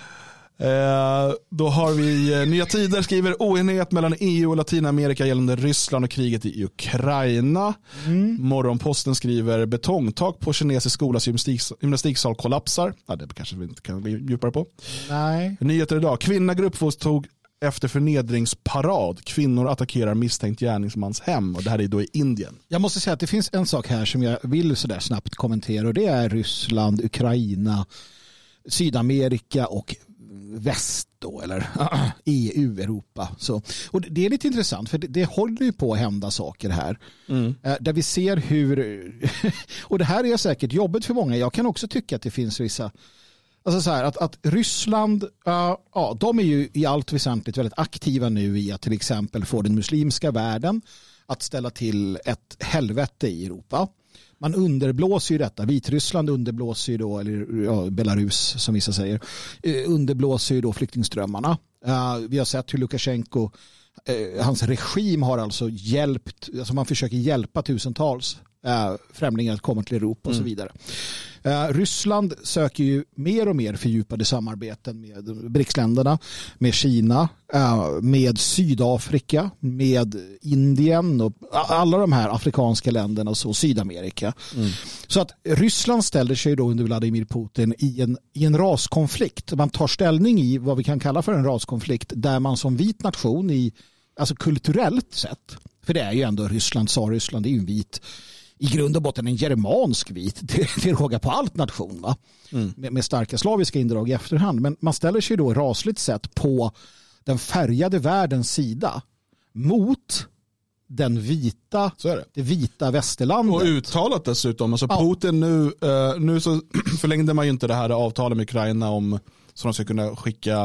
Eh, då har vi eh, Nya Tider skriver oenighet mellan E U och Latinamerika gällande Ryssland och kriget i Ukraina. Mm. Morgonposten skriver betongtak på kinesisk skolas gymnastiks- gymnastiksal kollapsar. Ja, det kanske vi inte kan bli djupare på. Nej. Nyheter idag. Kvinna gruppvåldtog efter förnedringsparad. Kvinnor attackerar misstänkt gärningsmans hem. Och det här är då i Indien. Jag måste säga att det finns en sak här som jag vill så där snabbt kommentera. Och det är Ryssland, Ukraina, Sydamerika och väst då, eller E U, Europa. Så, och det är lite intressant för det, det håller ju på att hända saker här. Mm. Där vi ser hur, och det här är säkert jobbet för många. Jag kan också tycka att det finns vissa, Alltså så här, att, att Ryssland, uh, ja, de är ju i allt väsentligt väldigt aktiva nu i att till exempel få den muslimska världen att ställa till ett helvete i Europa. Man underblåser ju detta. Vitryssland underblåser ju då, eller ja, Belarus som vissa säger, underblåser ju då flyktingströmmarna. Uh, vi har sett hur Lukasjenko, uh, hans regim har alltså hjälpt, alltså man försöker hjälpa tusentals uh, främlingar att komma till Europa och mm. så vidare. Uh, Ryssland söker ju mer och mer fördjupade samarbeten med B R I C-länderna, med Kina, uh, med Sydafrika, med Indien och alla de här afrikanska länderna och så, Sydamerika. Mm. Så att Ryssland ställer sig då under Vladimir Putin i en, i en raskonflikt. Man tar ställning i vad vi kan kalla för en raskonflikt där man som vit nation i, alltså kulturellt sett, för det är ju ändå Ryssland, sa Ryssland, det är ju en vit, i grund och botten en germansk vit, det, det rågar på allt nation, va? Mm. Med, med starka slaviska indrag i efterhand. Men man ställer sig då rasligt sett på den färgade världens sida mot den vita, så är det. det vita västerlandet. Och uttalat dessutom. Alltså ja. Putin nu, uh, nu så förlängde man ju inte det här avtalet med Ukraina om så de ska kunna skicka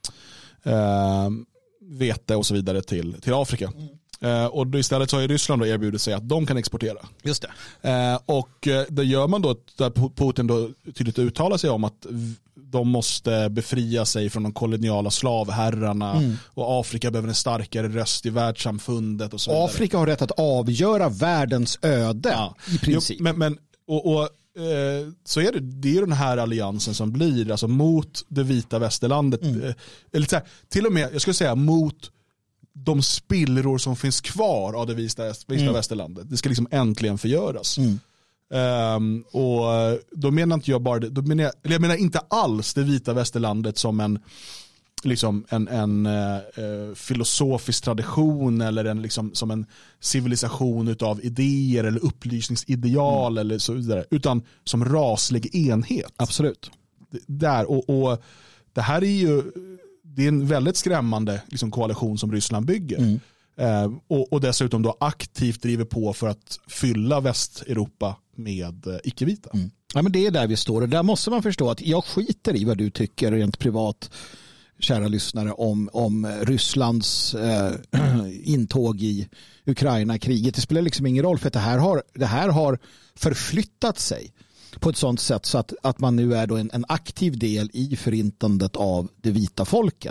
uh, vete och så vidare till, till Afrika. Mm. Uh, och då istället så har ju Ryssland då erbjudit sig att de kan exportera. Just det. Uh, och uh, det gör man då, där Putin då tydligt uttalar sig om att de måste befria sig från de koloniala slavherrarna mm. och Afrika behöver en starkare röst i världssamfundet och så vidare. Afrika har rätt att avgöra världens öde ja. i princip. Jo, men, men, och, och eh, så är det, det är den här alliansen som blir alltså mot det vita västerlandet. Mm. Eh, eller så här, till och med, jag skulle säga mot de spillror som finns kvar av det vita, vita mm. västerlandet. Det ska liksom äntligen förgöras. Mm. Um, och då menar inte jag bara det, då menar jag, eller jag menar inte alls det vita västerlandet som en liksom en, en uh, filosofisk tradition eller en, liksom, som en civilisation utav idéer eller upplysningsideal mm. eller så vidare, utan som raslig enhet. Absolut. Där, och, och det här är ju det är en väldigt skrämmande liksom, koalition som Ryssland bygger. Mm. Uh, och, och dessutom då aktivt driver på för att fylla Västeuropa med uh, icke-vita. Mm. Ja, men det är där vi står och där måste man förstå att jag skiter i vad du tycker rent privat, kära lyssnare, om, om Rysslands uh, intåg i Ukraina-kriget. Det spelar liksom ingen roll för att det här har, det här har förflyttat sig på ett sådant sätt så att, att man nu är då en, en aktiv del i förintandet av de vita folken.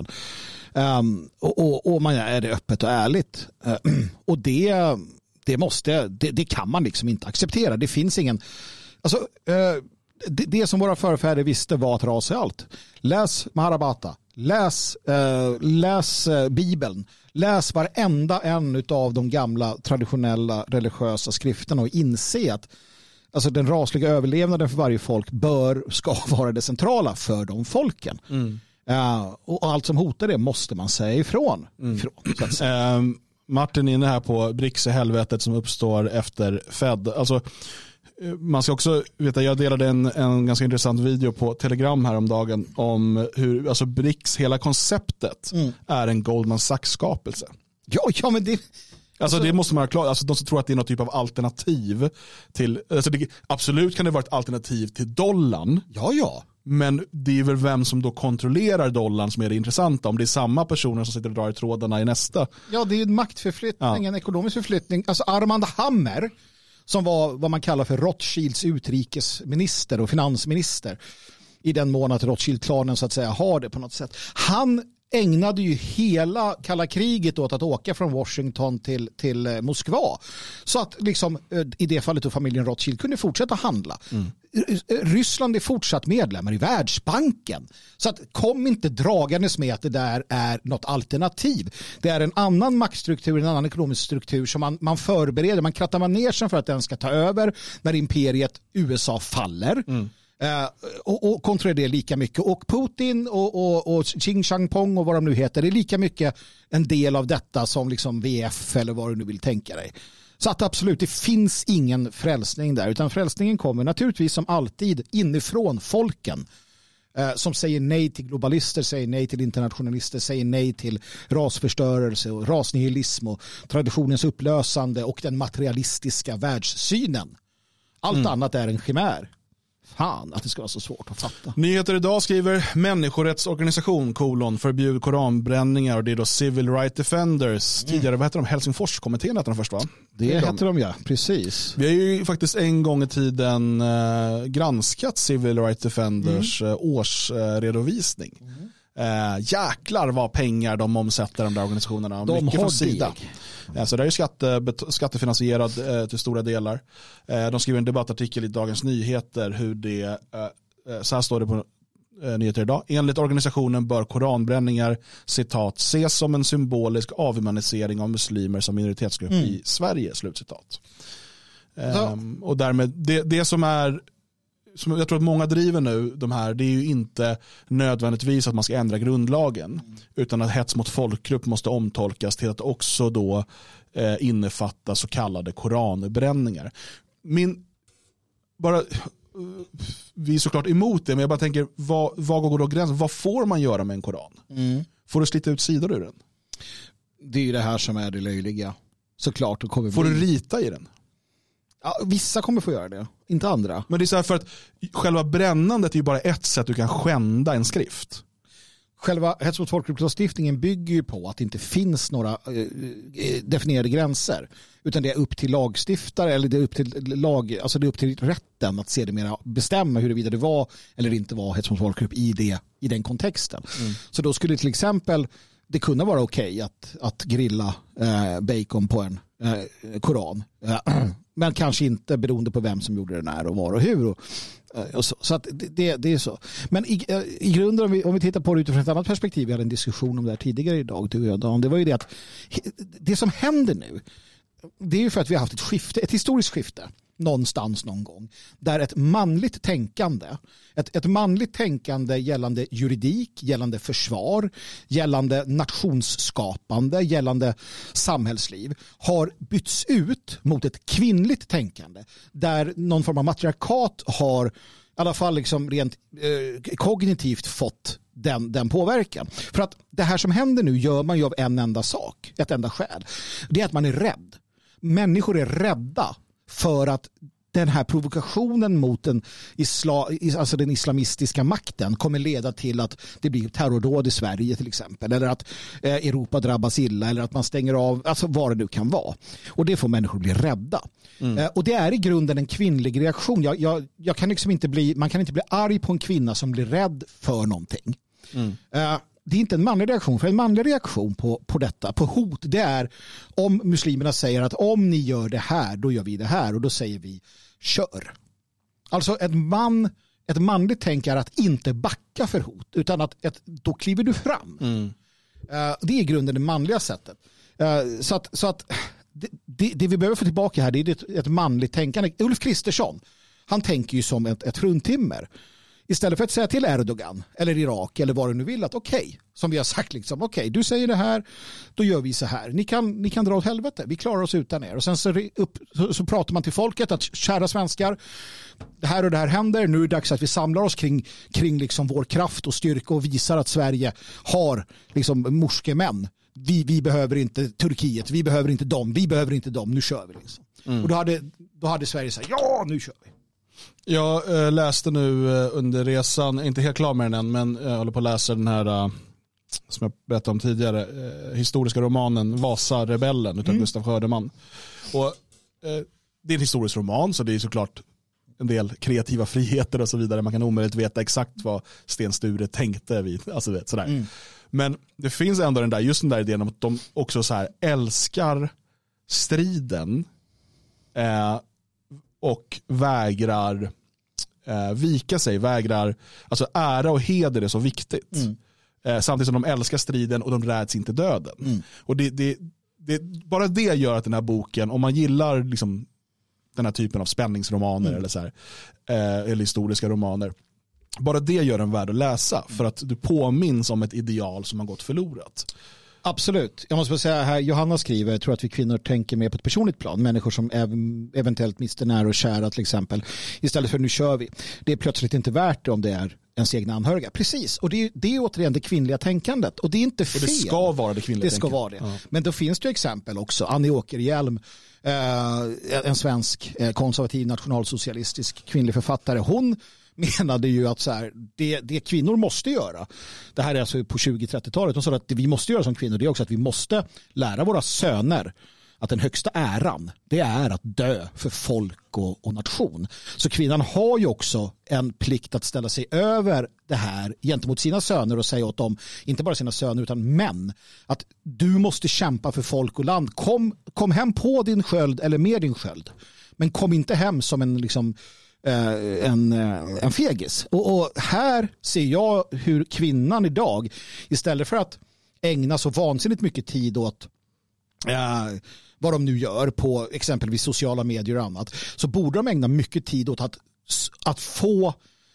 Um, och, och, och man är det öppet och ärligt. Uh, och det, det, måste, det, det kan man liksom inte acceptera. Det finns ingen... Alltså, uh, det, det som våra förfäder visste var att ras är allt. Läs Mahabharata. Läs, uh, läs uh, Bibeln. Läs varenda en av de gamla traditionella religiösa skrifterna och inse att alltså den rasliga överlevnaden för varje folk bör, ska vara det centrala för de folken. Mm. Uh, och allt som hotar det måste man säga ifrån. Mm. ifrån uh, Martin är inne här på B R I C-helvetet som uppstår efter Fed. Alltså, man ska också veta, jag delade en, en ganska intressant video på Telegram häromdagen om hur alltså B R I C, hela konceptet mm. är en Goldman Sachs-skapelse. Ja, ja, men det... Alltså, alltså det måste man ha klart. Alltså de som tror att det är någon typ av alternativ till, alltså det, absolut kan det vara ett alternativ till dollarn. Ja, ja. Men det är väl vem som då kontrollerar dollarn som är det intressanta. Om det är samma personer som sitter och drar i trådarna i nästa. Ja, det är en maktförflyttning, ja. En ekonomisk förflyttning. Alltså Armand Hammer, som var vad man kallar för Rothschilds utrikesminister och finansminister, i den mån att Rothschild-klanen så att säga har det på något sätt. Han ägnade ju hela kalla kriget åt att åka från Washington till, till Moskva. Så att liksom, i det fallet då familjen Rothschild kunde fortsätta handla. Mm. Ryssland är fortsatt medlemmar i Världsbanken. Så att kom inte dragandes med att det där är något alternativ. Det är en annan maktstruktur, en annan ekonomisk struktur som man, man förbereder. Man krattar manegen för att den ska ta över när imperiet U S A faller. Mm. Uh, och, och kontrollerar det lika mycket. Och Putin och, och, och Xi Jinping och vad de nu heter, det är lika mycket en del av detta som liksom V F eller vad du nu vill tänka dig. Så att absolut, det finns ingen frälsning där, utan frälsningen kommer naturligtvis som alltid inifrån folken uh, som säger nej till globalister, säger nej till internationalister, säger nej till rasförstörelse och rasnihilism och traditionens upplösande och den materialistiska världssynen. Allt mm. annat är en chimär. Fan att det ska vara så svårt att fatta. Nyheter idag skriver människorättsorganisation kolon förbjud koranbränningar och det är då Civil Rights Defenders. Mm. Tidigare, vad heter de? Helsingforskommittén heter de först va? Det, det heter de ja, precis. Vi har ju faktiskt en gång i tiden äh, granskat Civil Rights Defenders mm. årsredovisning. Äh, mm. Äh, jäklar vad pengar de omsätter de där organisationerna. De mycket har sida. Ja, så det är skatte, skattefinansierad eh, till stora delar. Eh, de skriver en debattartikel i Dagens Nyheter hur det, eh, så här står det på eh, Nyheter idag. Enligt organisationen bör koranbränningar, citat, ses som en symbolisk avhumanisering av muslimer som minoritetsgrupp mm. i Sverige, slutcitat. Eh, och därmed, det, det som är som jag tror att många driver nu, de här, det är ju inte nödvändigtvis att man ska ändra grundlagen mm. utan att hets mot folkgrupp måste omtolkas till att också då eh, innefatta så kallade koranbränningar. Min, bara, vi är såklart emot det, men jag bara tänker, vad, vad går då gränsen? Vad får man göra med en koran? Mm. Får du slita ut sidor ur den? Det är ju det här som är det löjliga. Såklart. Och kommer får bli... du rita i den? Ja, vissa kommer få göra det, inte andra. Men det är så här för att själva brännandet är ju bara ett sätt du kan skända en skrift. Själva hets mot folkgruppslagstiftningen bygger ju på att det inte finns några eh, definierade gränser. Utan det är upp till lagstiftare eller det är upp till lag, alltså det är upp till rätten att se det mera bestämma huruvida det var eller inte var hets mot folkgrupp i, det, i den kontexten. Mm. Så då skulle till exempel det kunna vara okej okay att, att grilla eh, bacon på en eh, koran. Eh, men kanske inte beroende på vem som gjorde det när och var och hur. Och, och så så att det, det är så. Men i, i grunden om vi, om vi tittar på det utifrån ett annat perspektiv, vi hade en diskussion om det här tidigare idag, du och jag, Dan, det var ju det att det som händer nu, det är ju för att vi har haft ett skifte, ett historiskt skifte någonstans någon gång, där ett manligt tänkande, ett, ett manligt tänkande gällande juridik, gällande försvar, gällande nationsskapande, gällande samhällsliv har bytts ut mot ett kvinnligt tänkande där någon form av matriarkat har i alla fall liksom rent eh, kognitivt fått den, den påverkan. För att det här som händer nu gör man ju av en enda sak, ett enda skäl. Det är att man är rädd. Människor är rädda för att den här provokationen mot den, isla, alltså den islamistiska makten kommer leda till att det blir terrordåd i Sverige till exempel, eller att eh, Europa drabbas illa, eller att man stänger av, alltså vad det nu kan vara. Och det får människor bli rädda. Mm. Eh, och det är i grunden en kvinnlig reaktion. Jag, jag, jag kan liksom inte bli, man kan inte bli arg på en kvinna som blir rädd för någonting. Mm. Eh, Det är inte en manlig reaktion, för en manlig reaktion på, på detta, på hot, det är om muslimerna säger att om ni gör det här, då gör vi det här, och då säger vi kör. Alltså ett man, ett manligt tänk är att inte backa för hot, utan att ett, då kliver du fram. Mm. Uh, det är i grunden det manliga sättet. Uh, så att, så att det, det, det vi behöver få tillbaka här, det är ett, ett manligt tänkande. Ulf Kristersson, han tänker ju som ett, ett fruntimmer. Istället för att säga till Erdogan eller Irak eller vad du nu vill att okej, okay, som vi har sagt liksom, okej, okay, du säger det här, då gör vi så här. Ni kan, ni kan dra åt helvete, vi klarar oss utan er. Och sen så, upp, så, så pratar man till folket att kära svenskar, det här och det här händer, nu är det dags att vi samlar oss kring, kring liksom vår kraft och styrka och visar att Sverige har liksom morskemän. Vi, vi behöver inte Turkiet, vi behöver inte dem, vi behöver inte dem, nu kör vi liksom. Mm. Och då hade, då hade Sverige sagt, ja, nu kör vi. Jag äh, läste nu äh, under resan, inte helt klar med den än, men jag håller på att läsa den här äh, som jag berättade om tidigare, äh, historiska romanen Vasa-rebellen utav mm. Gustav Skördeman. Och äh, det är en historisk roman, så det är såklart en del kreativa friheter och så vidare. Man kan omöjligt veta exakt vad Sten Sture tänkte vid, alltså vet, sådär. Mm. Men det finns ändå den där, just den där idén om att de också så här älskar striden äh, och vägrar eh, vika sig, vägrar, alltså ära och heder är så viktigt. Mm. Eh, samtidigt som de älskar striden och de räds inte döden. Mm. Och det, det, det, bara det gör att den här boken, om man gillar liksom den här typen av spänningsromaner mm. eller, så här, eh, eller historiska romaner, bara det gör den värd att läsa, för att du påminns om ett ideal som har gått förlorat. Absolut. Jag måste bara säga här, Johanna skriver, jag tror att vi kvinnor tänker mer på ett personligt plan. Människor som ev- eventuellt mister nära och kära till exempel. Istället för nu kör vi. Det är plötsligt inte värt det om det är ens egna anhöriga. Precis, och det är, det är återigen det kvinnliga tänkandet. Och det är inte fel. Och det ska vara det kvinnliga Det ska vara det. Ja. Men då finns det exempel också. Annie Åkerhielm, eh, en svensk eh, konservativ nationalsocialistisk kvinnlig författare. Hon menade ju att så här, det, det kvinnor måste göra, det här är alltså på tjugo-trettiotalet, hon sa att det vi måste göra som kvinnor, det är också att vi måste lära våra söner att den högsta äran, det är att dö för folk och, och nation. Så kvinnan har ju också en plikt att ställa sig över det här gentemot sina söner och säga åt dem, inte bara sina söner utan män, att du måste kämpa för folk och land. Kom, kom hem på din sköld eller med din sköld. Men kom inte hem som en liksom En, en fegis. Och, och här ser jag hur kvinnan idag, istället för att ägna så vansinnigt mycket tid åt äh, vad de nu gör på exempelvis sociala medier och annat, så borde de ägna mycket tid åt att, att få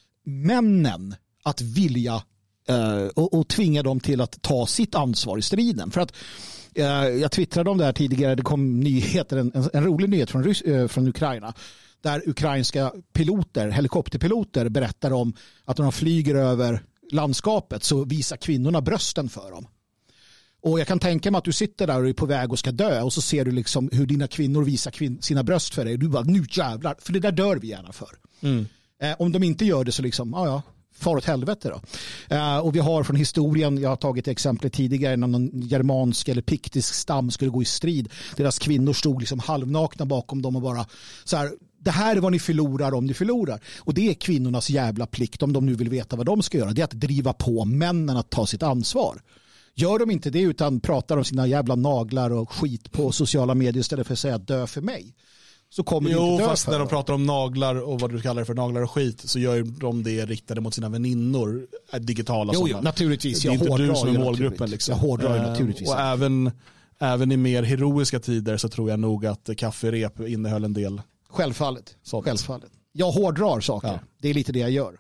männen att vilja äh, och, och tvinga dem till att ta sitt ansvar i striden. För att äh, jag twittrade om det här tidigare, det kom nyheter, en, en, en rolig nyhet från, äh, från Ukraina, där ukrainska piloter, helikopterpiloter berättar om att när de flyger över landskapet så visar kvinnorna brösten för dem. Och jag kan tänka mig att du sitter där och är på väg och ska dö och så ser du liksom hur dina kvinnor visar kvin- sina bröst för dig. Du bara, nu jävlar, för det där dör vi gärna för. Mm. Eh, om de inte gör det så liksom, ja ja, far åt helvete då. Eh, och vi har från historien, jag har tagit exempel tidigare, när någon germansk eller piktisk stam skulle gå i strid. Deras kvinnor stod liksom halvnakna bakom dem och bara så här, det här är vad ni förlorar om ni förlorar. Och det är kvinnornas jävla plikt, om de nu vill veta vad de ska göra. Det är att driva på männen att ta sitt ansvar. Gör de inte det utan pratar om sina jävla naglar och skit på sociala medier istället för att säga dö för mig, så kommer jo, det inte dö fast för när de dem. pratar om naglar och vad du kallar det för naglar och skit, så gör de det riktade mot sina väninnor, digitala Jo, sådana. jo, naturligtvis. Det är Jag inte du hårdrar som är ju målgruppen. Liksom. Jag hårdrar ju naturligtvis. Och även, även i mer heroiska tider så tror jag nog att kafferep innehöll en del. Självfallet. Sånt. Självfallet. Jag hårdrar saker. Ja. Det är lite det jag gör.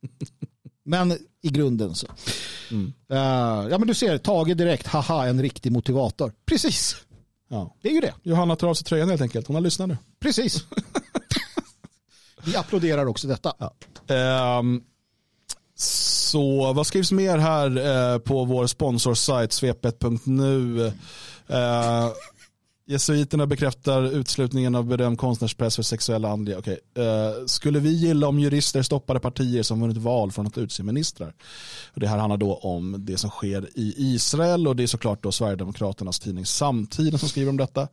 Men i grunden så. Mm. Uh, ja, men du ser, Tage direkt, haha, en riktig motivator. Precis. Ja. Det är ju det. Johanna tar av sig tröjan helt enkelt. Hon har lyssnat nu. Precis. Vi applåderar också detta. Ja. Um, så vad skrivs mer här uh, på vår sponsorsajt svepet punkt nu? Uh, Jesuiterna bekräftar utslutningen av berömd konstnärspress för sexuella andliga. Okay. Uh, skulle vi gilla om jurister stoppade partier som vunnit val från att utse ministrar? Och det här handlar då om det som sker i Israel, och det är såklart då Sverigedemokraternas tidning Samtiden som skriver om detta.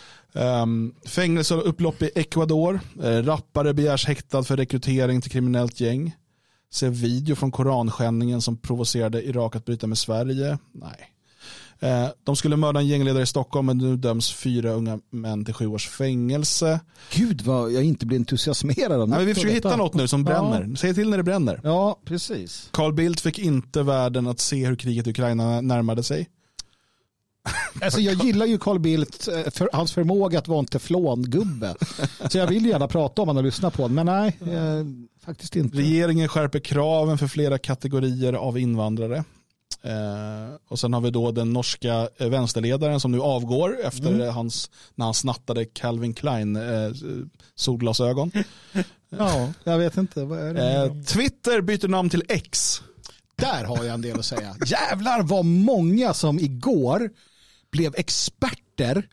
Um, fängelseupplopp i Ecuador. Uh, rappare begärs häktad för rekrytering till kriminellt gäng. Se video från koranskändningen som provocerade Irak att bryta med Sverige. Nej. Uh, de skulle mörda en gängledare i Stockholm, men nu döms fyra unga män till sju års fängelse. Gud vad jag inte blir entusiasmerad av. Nej, men vi försöker hitta något nu som bränner. Ja. Säg till när det bränner. Ja, precis. Carl Bildt fick inte världen att se hur kriget i Ukraina närmade sig. Alltså jag gillar ju Carl Bildt för hans förmåga att vara en teflongubbe. Så jag vill gärna prata om han och lyssna på honom, men nej, eh, faktiskt inte. Regeringen skärper kraven för flera kategorier av invandrare. Eh, och sen har vi då den norska vänsterledaren som nu avgår efter mm. hans, när han snattade Calvin Klein eh, solglasögon. Ja, jag vet inte. Vad är det? Eh, Twitter byter namn till X. Där har jag en del att säga. Jävlar vad många som igår blev experter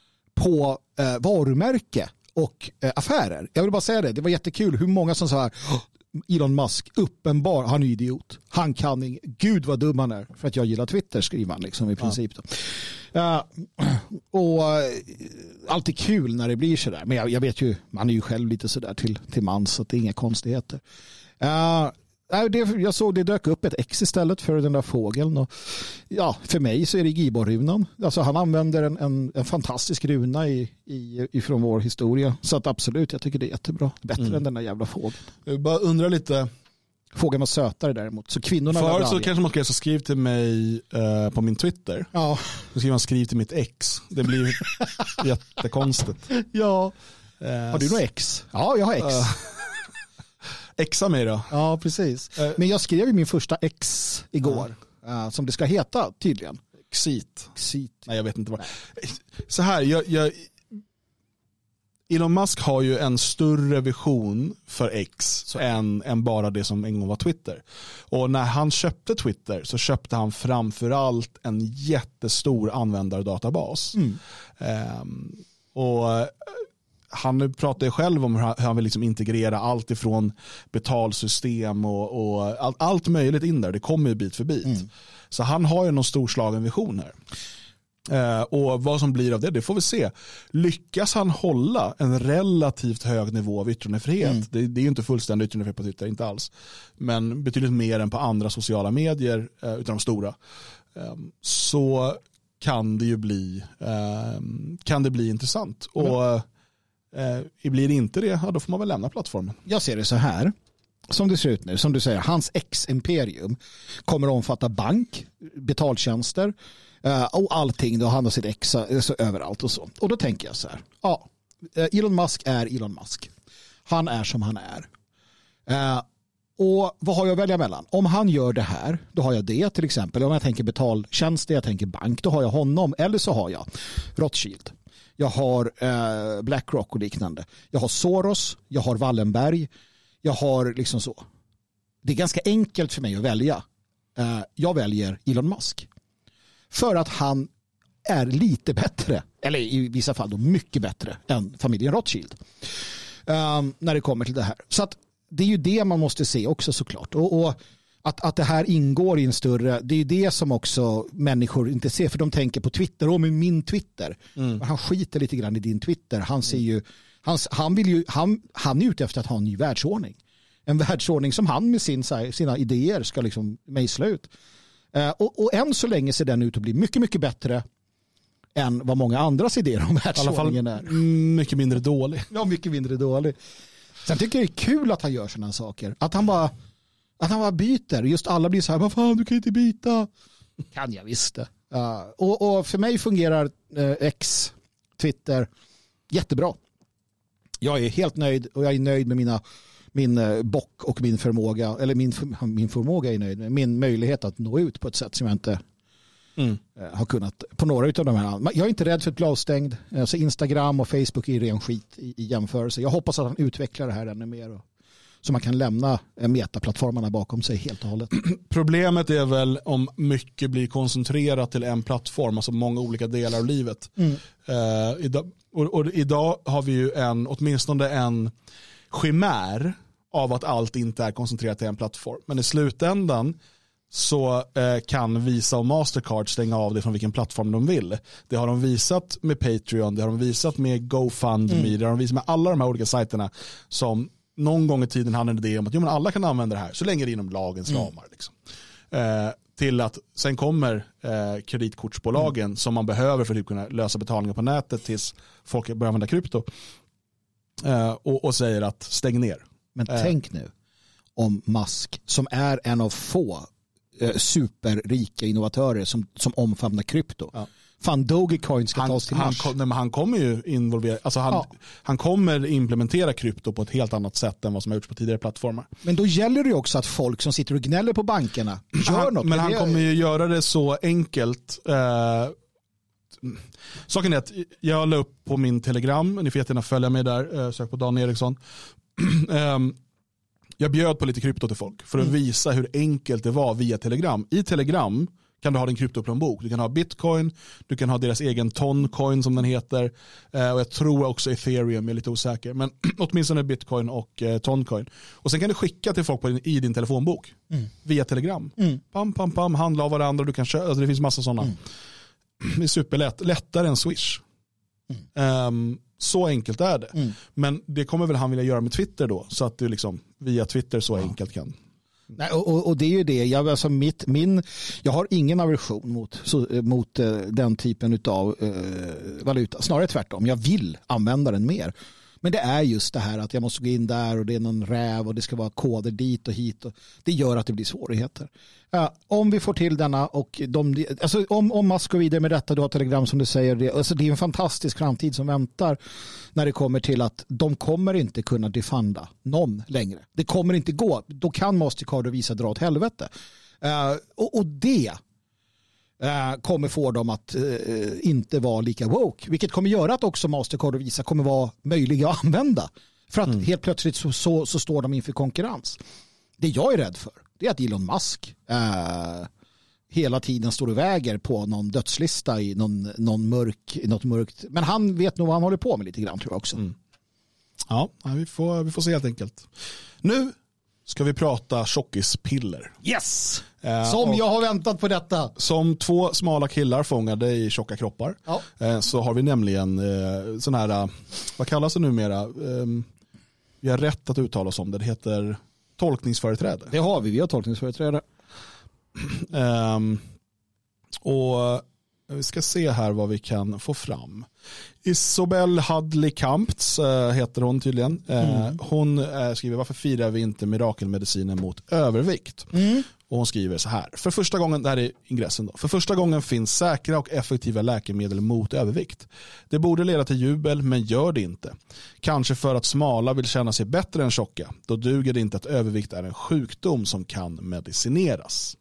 på eh, varumärke och eh, affärer. Jag vill bara säga det, det var jättekul hur många som sa här, Elon Musk, uppenbar, han är idiot. Han kan ing- Gud vad dum han är. För att jag gillar Twitter, skriver han liksom i princip. Ja. Uh, och uh, alltid kul när det blir sådär. Men jag, jag vet ju, man är ju själv lite sådär till, till mans, så det är inga konstigheter. Uh, det, jag såg det dök upp ett X istället för den där fågeln. Och, ja, för mig så är det Giborrunan. Alltså han använder en, en, en fantastisk runa i, i, ifrån vår historia. Så att absolut, jag tycker det är jättebra. Bättre mm. än den där jävla fågeln. Jag bara undrar lite. Fågeln var sötare däremot. Så kvinnorna Förut så kanske man ska så skriv till mig uh, på min Twitter. Ja. Då skriver man skriv till mitt ex. Det blir jättekonstigt. Ja. Uh, Har du något ex? Ja, jag har ex. Uh. Exa mig då. Ja, precis. Men jag skrev ju min första ex igår. Uh, som det ska heta tydligen. Exit. Exit. Nej, jag vet inte vad. Så här, jag, jag, Elon Musk har ju en större vision för X än, än bara det som en gång var Twitter. Och när han köpte Twitter så köpte han framförallt en jättestor användardatabas. Mm. Um, och han pratar ju själv om hur han vill liksom integrera allt ifrån betalsystem och, och allt, allt möjligt in där. Det kommer ju bit för bit. Mm. Så han har ju någon storslagen vision här. Uh, och vad som blir av det, det får vi se. Lyckas han hålla en relativt hög nivå av yttrandefrihet, mm. det, det är ju inte fullständig yttrandefrihet på Twitter, inte alls, men betydligt mer än på andra sociala medier uh, utan de stora, um, så kan det ju bli uh, kan det bli intressant. Mm. Och uh, blir det inte det, ja, då får man väl lämna plattformen. Jag ser det så här. Som det ser ut nu, som du säger, hans X-imperium kommer att omfatta bank, betaltjänster uh, och allting. Då han har sitt X så överallt och så. Och då tänker jag så här, ja, Elon Musk är Elon Musk. Han är som han är. Uh, och vad har jag att välja mellan? Om han gör det här, då har jag det till exempel. Om jag tänker betaltjänster, jag tänker bank, då har jag honom. Eller så har jag Rothschild. Jag har uh, BlackRock och liknande. Jag har Soros, jag har Wallenberg. Jag har liksom så. Det är ganska enkelt för mig att välja. Jag väljer Elon Musk. För att han är lite bättre. Eller i vissa fall då mycket bättre än familjen Rothschild. Um, när det kommer till det här. Så att det är ju det man måste se också såklart. Och, och att, att det här ingår i en större, det är ju det som också människor inte ser. För de tänker på Twitter, åh men min Twitter. Mm. Han skiter lite grann i din Twitter. Han ser ju Han, han, vill ju, han, han är ute efter att ha en ny världsordning. En världsordning som han med sin, sina idéer ska liksom mejsla ut. Eh, och, och än så länge ser den ut att bli mycket, mycket bättre än vad många andras idéer om världsordningen är. Mycket mindre dålig. Ja, mycket mindre dålig. Sen tycker jag det är kul att han gör sådana saker. Att han bara, att han bara byter. Just alla blir så här, vad fan, du kan inte byta. Kan jag visst det. Uh, och, och för mig fungerar uh, X, Twitter, jättebra. Jag är helt nöjd och jag är nöjd med mina, min uh, bock och min förmåga. Eller min, min förmåga är nöjd med. Min möjlighet att nå ut på ett sätt som jag inte mm. uh, har kunnat på några av de här. Jag är inte rädd för att bli avstängd. Alltså Instagram och Facebook är ren skit i, i jämförelse. Jag hoppas att han utvecklar det här ännu mer och så man kan lämna metaplattformarna bakom sig helt och hållet. Problemet är väl om mycket blir koncentrerat till en plattform, alltså många olika delar av livet. Mm. Uh, idag, och, och idag har vi ju en, åtminstone en chimär av att allt inte är koncentrerat till en plattform. Men i slutändan så eh, kan Visa och Mastercard stänga av det från vilken plattform de vill. Det har de visat med Patreon, det har de visat med GoFundMe, mm. det har de visat med alla de här olika sajterna som någon gång i tiden hade en idé om att jo, men alla kan använda det här så länge det är inom lagens mm. ramar. Liksom. Eh, till att sen kommer eh, kreditkortsbolagen mm. som man behöver för att kunna lösa betalningar på nätet tills folk börjar använda krypto eh, och, och säger att stäng ner. Men eh. tänk nu om Musk som är en av få eh, superrika innovatörer som, som omfamnar krypto. Ja. Fan, Dogecoin ska han, tas till han, mars. han, han kommer ju involvera, alltså han, ja. han kommer implementera krypto på ett helt annat sätt än vad som har gjorts på tidigare plattformer. Men då gäller det ju också att folk som sitter och gnäller på bankerna gör han, något. Men han kommer ju göra det så enkelt. Eh, saken är att jag la upp på min Telegram, ni får jättegärna följa mig där, eh, sök på Dan Eriksson. eh, jag bjöd på lite krypto till folk för att mm. visa hur enkelt det var via Telegram. I Telegram kan du ha din kryptoplånbok. Du kan ha Bitcoin, du kan ha deras egen Toncoin som den heter. Eh, och jag tror också Ethereum, jag är lite osäker. Men åtminstone Bitcoin och eh, Toncoin. Och sen kan du skicka till folk på din, i din telefonbok mm. via Telegram. Mm. Pam, pam, pam, handla av varandra. Du kan köra, alltså det finns massa sådana. Mm. Det är superlätt. Lättare än Swish. Mm. Um, så enkelt är det. Mm. Men det kommer väl han vilja göra med Twitter då. Så att du liksom via Twitter så ja. enkelt kan. Nej, och, och det är ju det. Jag, alltså mitt, min, jag har ingen aversion mot, så, mot uh, den typen av uh, valuta. Snarare tvärtom. Jag vill använda den mer. Men det är just det här att jag måste gå in där och det är någon räv och det ska vara koder dit och hit. Och det gör att det blir svårigheter. Uh, om vi får till denna och de, alltså om, om man ska vidare med detta, du har Telegram som du säger, det, alltså det är en fantastisk framtid som väntar när det kommer till att de kommer inte kunna defunda någon längre. Det kommer inte gå. Då kan Mastercard och Visa dra åt helvete. Uh, och, och det eh, kommer få dem att eh, inte vara lika woke. Vilket kommer göra att också Mastercard och Visa kommer vara möjliga att använda. För att mm. helt plötsligt så, så, så står de inför konkurrens. Det jag är rädd för det är att Elon Musk eh, hela tiden står och väger på någon dödslista i någon, någon mörk, något mörkt. Men han vet nog vad han håller på med lite grann, tror jag också. Mm. Ja, vi får, vi får se helt enkelt. Nu ska vi prata tjockispiller. Yes! Eh, som jag har väntat på detta. Som två smala killar fångade i tjocka kroppar. Ja. Eh, så har vi nämligen eh, sån här, vad kallas det numera? Eh, vi har rätt att uttala oss om det. Det heter tolkningsföreträde. Det har vi, vi har tolkningsföreträde. um, och vi ska se här vad vi kan få fram. Isobel Hadley Kamptz äh, heter hon tydligen. Äh, mm. Hon äh, skriver: varför firar vi inte mirakelmedicinen mot övervikt? Mm. Och hon skriver så här: för första gången, det här är ingressen då, för första gången finns säkra och effektiva läkemedel mot övervikt. Det borde leda till jubel, men gör det inte. Kanske för att smala vill känna sig bättre än tjocka. Då duger det inte att övervikt är en sjukdom som kan medicineras.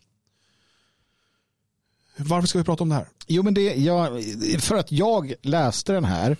Varför ska vi prata om det här? Jo, men det, jag, för att jag läste den här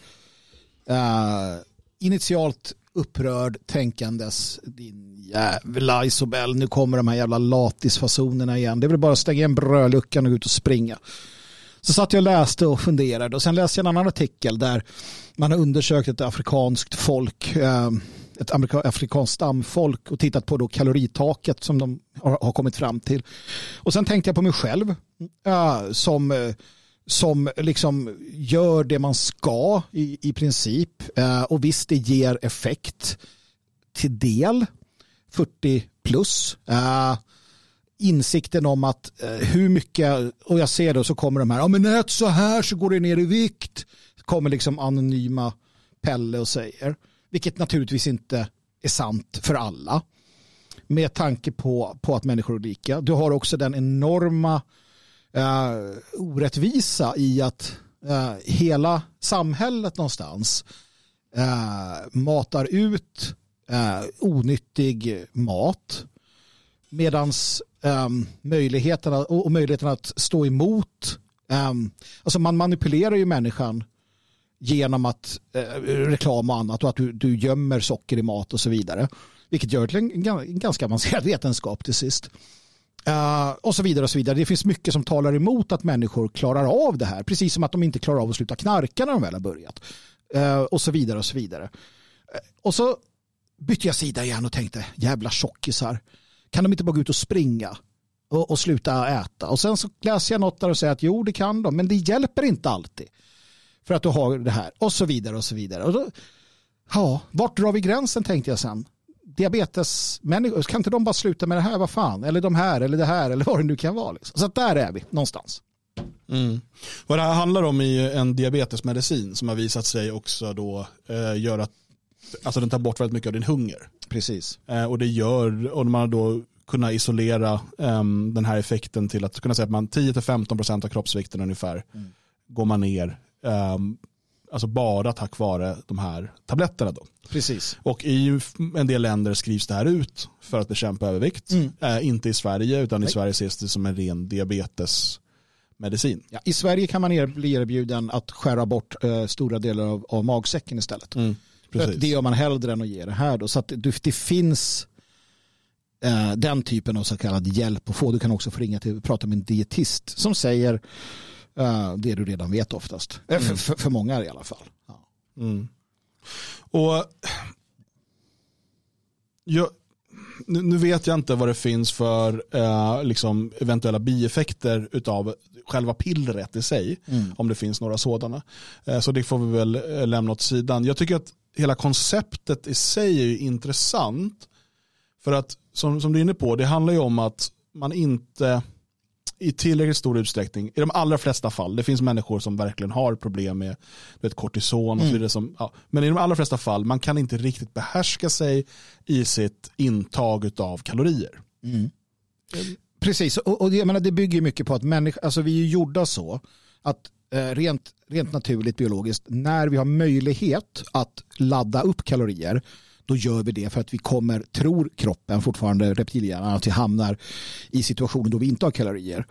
uh, initialt upprörd tänkandes, din jävla Isobel, nu kommer de här jävla latisfasonerna igen. Det är väl bara att stänga igen brödluckan och gå ut och springa. Så satt jag och läste och funderade, och sen läste jag en annan artikel där man har undersökt ett afrikanskt folk, uh, ett amerika- afrikanskt stamfolk, och tittat på då kaloritaket som de har, har kommit fram till. Och sen tänkte jag på mig själv uh, som, uh, som liksom gör det man ska i, i princip. Uh, och visst, det ger effekt till del, fyrtio plus. Uh, insikten om att uh, hur mycket, och jag ser det, så kommer de här, ja men ät så här så går det ner i vikt. Kommer liksom anonyma Pelle och säger. Vilket naturligtvis inte är sant för alla. Med tanke på, på att människor är lika. Du har också den enorma eh, orättvisa i att eh, hela samhället någonstans eh, matar ut eh, onyttig mat. Medans eh, möjligheterna, och, och möjligheterna att stå emot. Eh, alltså man manipulerar ju människan genom att eh, reklam och annat, och att du, du gömmer socker i mat och så vidare. Vilket gör till en, en ganska avancerad vetenskap till sist. Uh, och så vidare och så vidare. Det finns mycket som talar emot att människor klarar av det här. Precis som att de inte klarar av att sluta knarka när de väl har börjat. Uh, och så vidare och så vidare. Uh, och så bytte jag sida igen och tänkte, jävla tjockisar. Kan de inte bara gå ut och springa? Och, och sluta äta? Och sen så läser jag något där och säger att jo, det kan de. Men det hjälper inte alltid. För att du har det här. Och så vidare och så vidare. Och då, ja, vart drar vi gränsen, tänkte jag sen. Diabetesmänniskor, kan inte de bara sluta med det här, vad fan? Eller de här, eller det här, eller vad det nu kan vara. Liksom. Så att där är vi, någonstans. Mm. Vad det här handlar om är en diabetesmedicin som har visat sig också då eh, göra att, alltså den tar bort väldigt mycket av din hunger. Precis. Eh, och det gör, och man har då kunnat isolera eh, den här effekten till att kunna säga att man tio till femton procent av kroppsvikten ungefär mm. går man ner. Eh, Alltså bara tack vare de här tabletterna då. Precis. Och i en del länder skrivs det här ut för att bekämpa övervikt. Mm. Äh, inte i Sverige, utan Nej. i Sverige ses det som en ren diabetesmedicin. Ja, i Sverige kan man er, bli erbjuden att skära bort äh, stora delar av, av magsäcken istället. Mm. Precis. Det gör man hellre än att ge det här då. Så att det, det finns äh, den typen av så kallad hjälp att få. Du kan också få ringa till prata med en dietist som säger Uh, det du redan vet oftast. Mm. För, för, för många i alla fall. Ja. Mm. Och jag, nu, nu vet jag inte vad det finns för uh, liksom eventuella bieffekter utav själva pillret i sig. Mm. Om det finns några sådana. Uh, så det får vi väl uh, lämna åt sidan. Jag tycker att hela konceptet i sig är ju intressant. För att som, som du är inne på, det handlar ju om att man inte i tillräckligt stor utsträckning, i de allra flesta fall, det finns människor som verkligen har problem med vet, kortison och så vidare. Som, ja, men i de allra flesta fall, man kan inte riktigt behärska sig i sitt intag av kalorier. Mm. Mm. Precis, och, och jag menar, det bygger mycket på att människor, alltså vi är gjorda så att eh, rent, rent naturligt biologiskt, när vi har möjlighet att ladda upp kalorier, då gör vi det för att vi kommer, tror kroppen fortfarande, reptilhjärnan, att vi hamnar i situationer då vi inte har kalorier.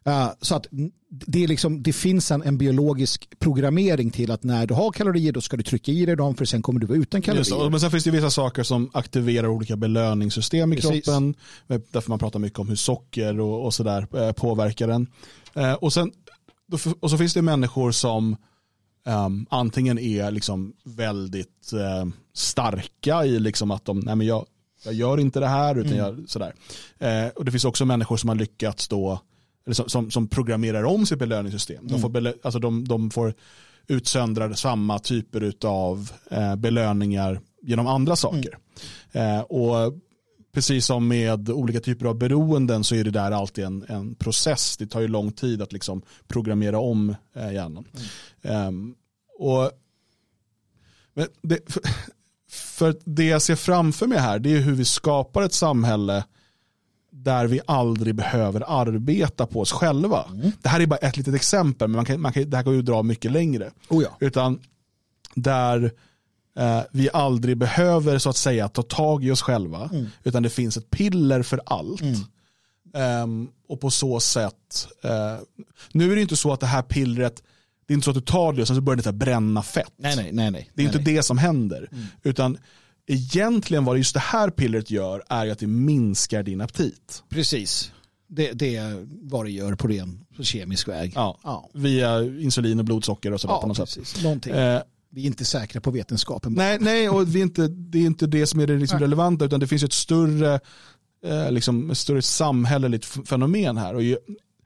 Uh, så att det, är liksom, det finns en, en biologisk programmering till att när du har kalorier då ska du trycka i dig dem för sen kommer du vara utan kalorier. Just, men sen finns det vissa saker som aktiverar olika belöningssystem i Precis. kroppen. Därför man pratar mycket om hur socker och, och sådär eh, påverkar den. Eh, och, sen, och så finns det människor som um, antingen är liksom väldigt eh, starka i liksom att de, nej men jag, jag gör inte det här utan mm. jag, sådär. Eh, och det finns också människor som har lyckats då eller som, som, som programmerar om sitt belöningssystem. Mm. De, får belö- alltså de, de får utsöndra samma typer av eh, belöningar genom andra saker. Mm. Eh, och precis som med olika typer av beroenden så är det där alltid en, en process. Det tar ju lång tid att liksom programmera om eh, hjärnan. Mm. Um, och men det, för, för det jag ser framför mig här det är hur vi skapar ett samhälle där vi aldrig behöver arbeta på oss själva. Mm. Det här är bara ett litet exempel, men man kan, man kan, det här går ju att dra mycket längre. Oh ja. Utan där eh, vi aldrig behöver så att säga ta tag i oss själva, mm. utan det finns ett piller för allt. Mm. Um, och på så sätt, uh, nu är det inte så att det här pillret, det är inte så att du tar det och sen så börjar det bränna fett. Nej, nej, nej, nej. Det är nej, inte nej. det som händer, mm. utan egentligen vad just det här pillret gör är att det minskar din aptit. Precis. Det, det är vad det gör på ren på kemisk väg. Ja. Ja. Via insulin och blodsocker och sådär ja, på något precis. sätt. Någonting. Eh, vi är inte säkra på vetenskapen. Nej, nej och vi är inte, det är inte det som är det liksom relevanta utan det finns ett större, eh, liksom, ett större samhälleligt fenomen här. Och jag,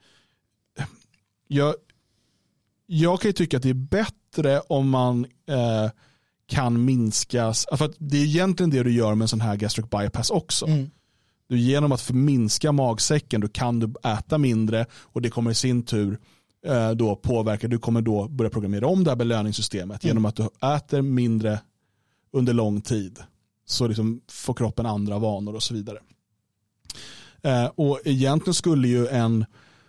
jag, jag kan ju tycka att det är bättre om man eh, kan minskas, för att det är egentligen det du gör med en sån här gastric bypass också. Mm. Du, genom att minska magsäcken då kan du äta mindre och det kommer i sin tur eh, då påverka, du kommer då börja programmera om det här belöningssystemet mm. genom att du äter mindre under lång tid. Så liksom får kroppen andra vanor och så vidare. Eh, och egentligen skulle ju en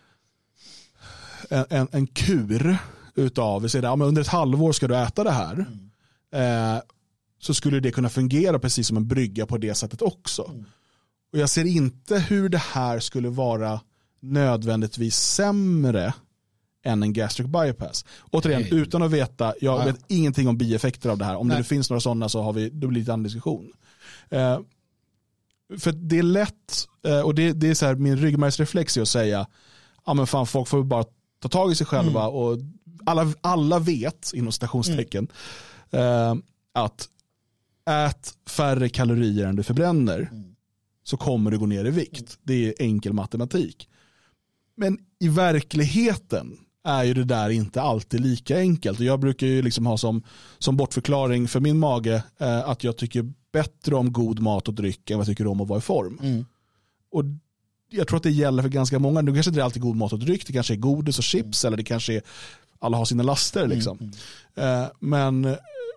en, en kur utav, vi säger, ja, men under ett halvår ska du äta det här. Mm. Eh, så skulle det kunna fungera precis som en brygga på det sättet också. Mm. Och jag ser inte hur det här skulle vara nödvändigtvis sämre än en gastric bypass. Återigen, Nej. utan att veta, jag ja. vet ingenting om bieffekter av det här. Om Nej. det fintt några sådana så har vi, då blir det lite annan diskussion. Eh, för det är lätt, eh, och det, det är så här, min ryggmärgsreflex är att säga, ja men fan, folk får bara ta tag i sig själva mm. och alla, alla vet, inom citationstecken, mm. eh, att ät färre kalorier än du förbränner mm. så kommer du gå ner i vikt. Mm. Det är enkel matematik. Men i verkligheten är ju det där inte alltid lika enkelt. Och jag brukar ju liksom ha som, som bortförklaring för min mage eh, att jag tycker bättre om god mat och dryck än vad jag tycker om att vara i form. Mm. Och jag tror att det gäller för ganska många. Nu kanske det är alltid god mat och dryck. Det kanske är godis och chips mm. eller det kanske är alla har sina laster liksom. Mm. Mm. Eh, men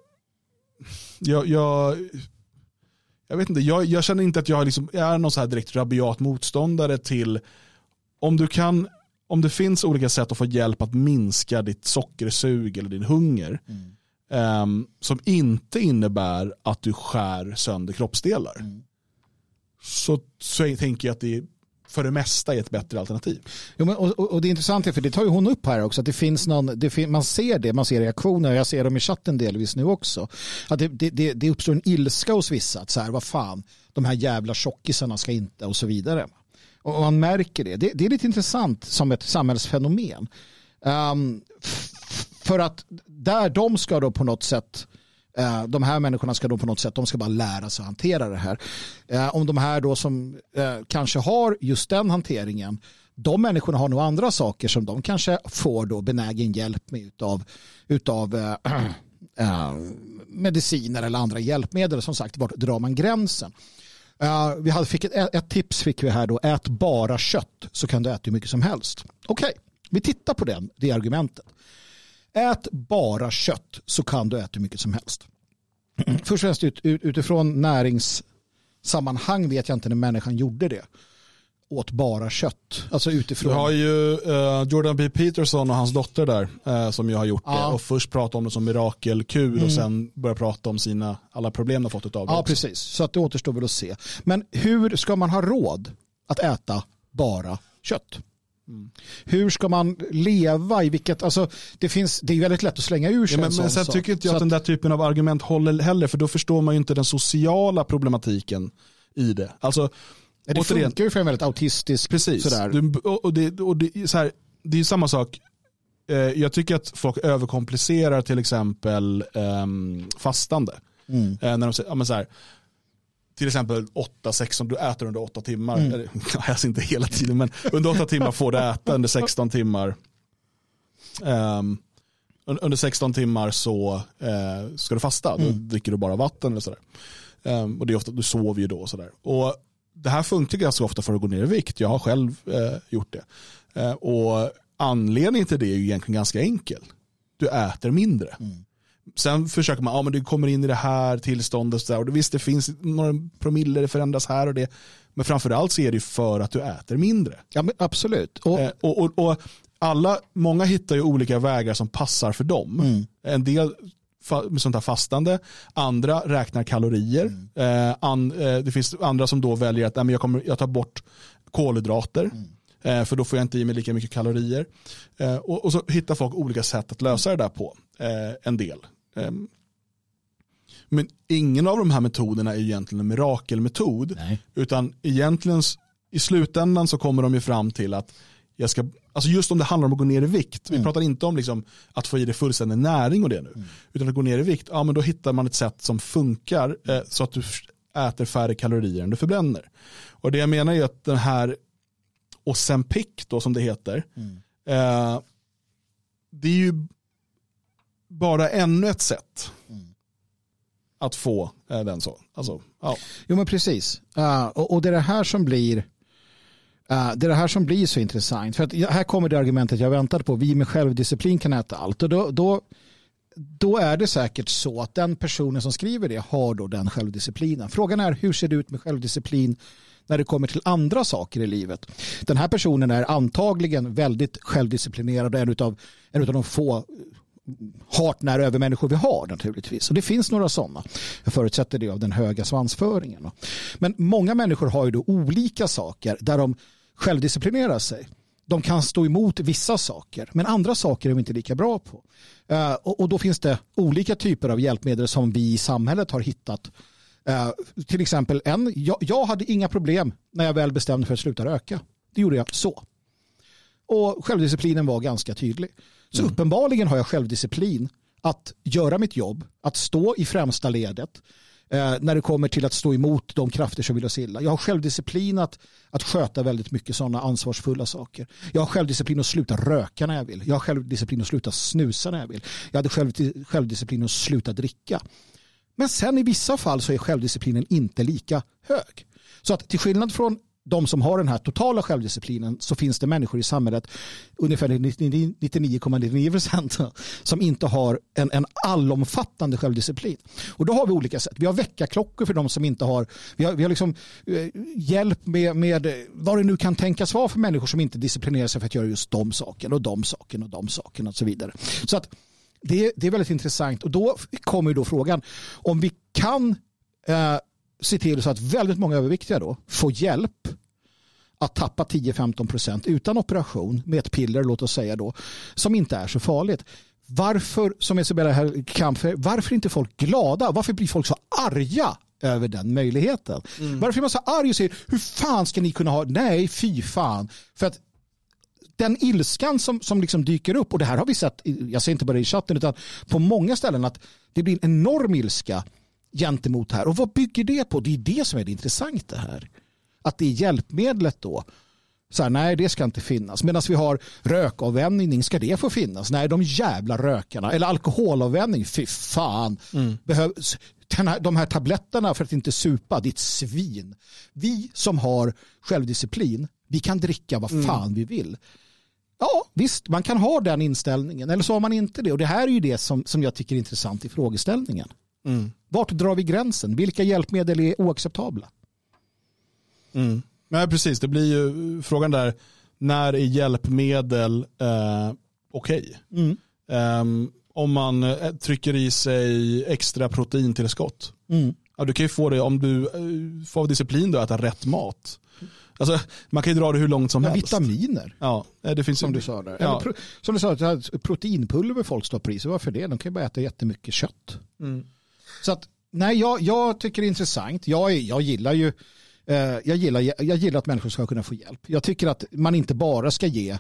jag, jag jag vet inte, jag, jag känner inte att jag, liksom, jag är någon så här direkt rabiat motståndare till om du kan, om det finns olika sätt att få hjälp att minska ditt sockersug eller din hunger mm. um, som inte innebär att du skär sönder kroppsdelar mm. så, så tänker jag att det för det mesta är ett bättre alternativ. Jo, men, och, och det är intressant för det tar ju hon upp här också att det finns någon, det fin, man ser det, man ser reaktioner, jag ser dem i chatten delvis nu också, att det, det, det uppstår en ilska hos vissa att så här, vad fan, de här jävla tjockisarna ska inte och så vidare. Och man märker det. Det, det är lite intressant som ett samhällsfenomen. Um, f- för att där de ska då på något sätt Uh, de här människorna ska då på något sätt, de ska bara lära sig att hantera det här. Uh, om de här då som uh, kanske har just den hanteringen, de människorna har nog andra saker som de kanske får då benägen hjälp med utav, utav uh, uh, mediciner eller andra hjälpmedel. Som sagt, vart drar man gränsen? Uh, vi hade, fick ett, ett tips fick vi här då, ät bara kött så kan du äta hur mycket som helst. Okej, okay, vi tittar på den, det argumentet. Ät bara kött så kan du äta hur mycket som helst. Först och främst ut, ut, utifrån näringssammanhang vet jag inte när människan gjorde det. Åt bara kött. Alltså utifrån. Du har ju uh, Jordan B. Peterson och hans dotter där uh, som ju har gjort ja. det. Och först pratat om det som mirakelkur mm. och sen börja prata om sina alla problem de har fått av det. Ja, också. Precis. Så att det återstår väl att se. Men hur ska man ha råd att äta bara kött? Mm. Hur ska man leva i vilket, alltså det finns, det är väldigt lätt att slänga ur sig. Ja, men, men sen tycker inte jag att, att den där typen av argument håller heller, för då förstår man ju inte den sociala problematiken i det. Alltså, det återigen, funkar ju för en väldigt autistisk. Precis. Sådär. Du, och det, och det, så här, det är ju samma sak. Eh, jag tycker att folk överkomplicerar till exempel eh, fastande. Mm. Eh, när de säger, ja, men så här, till exempel åtta sexton, du äter under åtta timmar. Mm. Eller, alltså inte hela tiden, men under åtta timmar får du äta, under sexton timmar. Um, under sexton timmar så uh, ska du fasta. Mm. Då dricker du bara vatten eller sådär. Um, och det är ofta, du sover ju då och sådär. Och det här funkar ganska ofta för att gå ner i vikt. Jag har själv uh, gjort det. Uh, och anledningen till det är ju egentligen ganska enkel. Du äter mindre. Mm. Sen försöker man, ja men du kommer in i det här tillståndet och, så där, och visst det finns några promille, det förändras här och det, men framförallt så är det för att du äter mindre. Ja men absolut. Och, eh, och, och, och alla, många hittar ju olika vägar som passar för dem. Mm. En del med sånt här fastande, andra räknar kalorier, mm. eh, an, eh, det finns andra som då väljer att nej, men jag, kommer, jag tar bort kolhydrater. Mm. För då får jag inte i mig lika mycket kalorier. Och, och så hittar folk olika sätt att lösa det där på. En del. Men ingen av de här metoderna är egentligen en mirakelmetod. Nej. Utan egentligen i slutändan så kommer de ju fram till att jag ska, alltså just om det handlar om att gå ner i vikt. Mm. Vi pratar inte om liksom att få i det fullständig näring och det nu. Mm. Utan att gå ner i vikt. Ja men då hittar man ett sätt som funkar så att du äter färre kalorier än du förbränner. Och det jag menar är att den här Ozempic då som det heter. Mm. Eh, det är ju bara ännu ett sätt mm. att få eh, den så. Alltså, ja. Jo men precis. Uh, och, och det är det här som blir uh, det är det här som blir så intressant. För att här kommer det argumentet jag väntade på. Vi med självdisciplin kan äta allt. Och då, då, då är det säkert så att den personen som skriver det har då den självdisciplinen. Frågan är hur ser det ut med självdisciplin när det kommer till andra saker i livet. Den här personen är antagligen väldigt självdisciplinerad och en utav, en utav de få hart nära över människor vi har naturligtvis. Och det finns några sådana. Jag förutsätter det av den höga svansföringen. Men många människor har ju då olika saker där de självdisciplinerar sig. De kan stå emot vissa saker, men andra saker är de inte lika bra på. Och, och då finns det olika typer av hjälpmedel som vi i samhället har hittat. Uh, till exempel en, jag, jag hade inga problem när jag väl bestämde för att sluta röka. Det gjorde jag så. Och självdisciplinen var ganska tydlig. Så mm. uppenbarligen har jag självdisciplin att göra mitt jobb, att stå i främsta ledet uh, när det kommer till att stå emot de krafter som vill oss illa. Jag har självdisciplin att, att sköta väldigt mycket sådana ansvarsfulla saker. Jag har självdisciplin att sluta röka när jag vill. Jag har självdisciplin att sluta snusa när jag vill. Jag hade själv, självdisciplin att sluta dricka. Men sen i vissa fall så är självdisciplinen inte lika hög. Så att till skillnad från de som har den här totala självdisciplinen så finns det människor i samhället, ungefär nittionio komma nittionio procent som inte har en, en allomfattande självdisciplin. Och då har vi olika sätt. Vi har väckarklockor för de som inte har, vi har, vi har liksom eh, hjälp med, med vad det nu kan tänkas vara för människor som inte disciplinerar sig för att göra just de sakerna och de sakerna och de sakerna och så vidare. Så att Det, det är väldigt intressant och då kommer ju då frågan om vi kan eh, se till så att väldigt många överviktiga då får hjälp att tappa tio till femton procent utan operation med ett piller, låt oss säga då, som inte är så farligt. Varför, som Isabella här kamper, varför är inte folk glada? Varför blir folk så arga över den möjligheten? Mm. Varför är man så arg och säger, hur fan ska ni kunna ha, nej fy fan, för att den ilskan som, som liksom dyker upp, och det här har vi sett, jag ser inte bara i chatten utan på många ställen, att det blir en enorm ilska gentemot här. Och vad bygger det på? Det är det som är det intressanta här. Att det är hjälpmedlet då. Så här, nej, det ska inte finnas. Medan vi har rökavvänjning, ska det få finnas? Nej, de jävla rökarna. Eller alkoholavvänjning, fy fan. Mm. Behövs den här, de här tabletterna för att inte supa, det är ett svin. Vi som har självdisciplin, vi kan dricka vad fan mm. vi vill. Ja, visst, man kan ha den inställningen. Eller så har man inte det. Och det här är ju det som, som jag tycker är intressant i frågeställningen. Mm. Vart drar vi gränsen? Vilka hjälpmedel är oacceptabla? Mm. Nej, precis. Det blir ju frågan där, när är hjälpmedel eh, okej? Okay? Mm. Um, om man eh, trycker i sig extra proteintillskott. Mm. Ja, du kan ju få det om du uh, får disciplin då att äta rätt mat. Alltså, man kan ju dra det hur långt som ja, helst. Vitaminer. Ja, det finns som ju... du sa där. Ja. Eller pro, som du sa, att proteinpulver folk stoppar i sig. Varför det? De kan ju bara äta jättemycket kött. Mm. Så att, nej, jag, jag tycker det är intressant. Jag, är, jag gillar ju eh, jag, gillar, jag gillar att människor ska kunna få hjälp. Jag tycker att man inte bara ska ge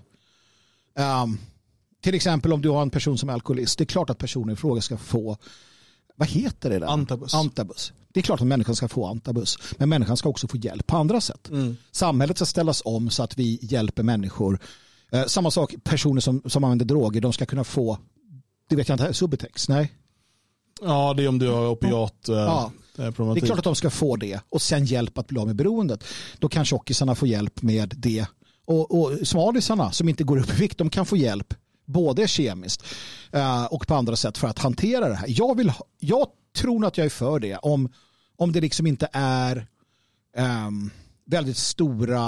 um, till exempel om du har en person som är alkoholist. Det är klart att personen i fråga ska få, vad heter det där? Antabus. Antabus. Det är klart att människan ska få antabus. Men människan ska också få hjälp på andra sätt. Mm. Samhället ska ställas om så att vi hjälper människor. Eh, samma sak, personer som, som använder droger, de ska kunna få, det vet jag inte, Subutex, nej? Ja, det är om du har opiat eh, ja. Det är klart att de ska få det och sen hjälp att bli av med beroendet. Då kan tjockisarna få hjälp med det. Och, och smalisarna som inte går upp i vikt, de kan få hjälp både kemiskt uh, och på andra sätt för att hantera det här. Jag, vill ha, jag tror att jag är för det om, om det liksom inte är um, väldigt stora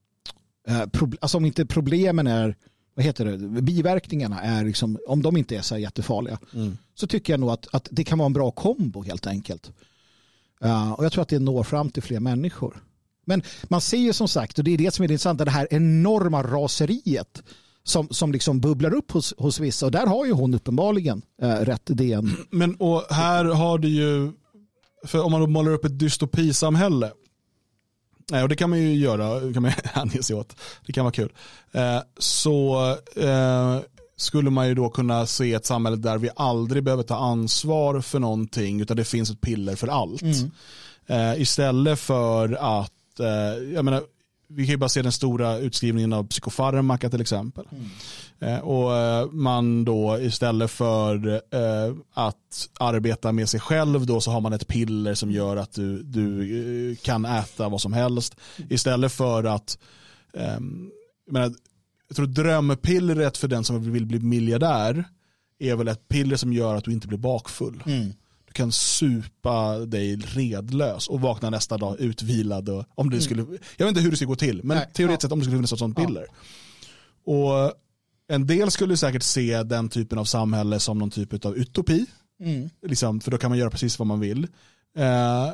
uh, proble- alltså om inte problemen är, vad heter det, biverkningarna är liksom, om de inte är så jättefarliga mm. så tycker jag nog att, att det kan vara en bra kombo helt enkelt. Uh, och jag tror att det når fram till fler människor. Men man ser ju som sagt, och det är det som är intressant, det här enorma raseriet som, som liksom bubblar upp hos, hos vissa. Och där har ju hon uppenbarligen uh, rätt idé. Men och här har du ju, för om man då målar upp ett dystopisamhälle, nej, och det kan man ju göra, det kan man hänge sig åt, det kan vara kul, uh, så uh, skulle man ju då kunna se ett samhälle där vi aldrig behöver ta ansvar för någonting utan det finns ett piller för allt. Mm. Uh, istället för att, uh, jag menar, vi kan ju bara se den stora utskrivningen av psykofarmaka till exempel. Mm. Uh, och uh, man då istället för uh, att arbeta med sig själv då så har man ett piller som gör att du, du uh, kan äta vad som helst. Istället för att um, jag menar, jag tror drömpillret för den som vill bli miljardär är väl ett piller som gör att du inte blir bakfull. Mm. Du kan supa dig redlös och vakna nästa dag utvilad. Och om det skulle, jag vet inte hur det ska gå till, men Nej. teoretiskt sett om det skulle finnas ett sånt piller. Ja. Och en del skulle säkert se den typen av samhälle som någon typ av utopi. Mm. Liksom, för då kan man göra precis vad man vill. Eh,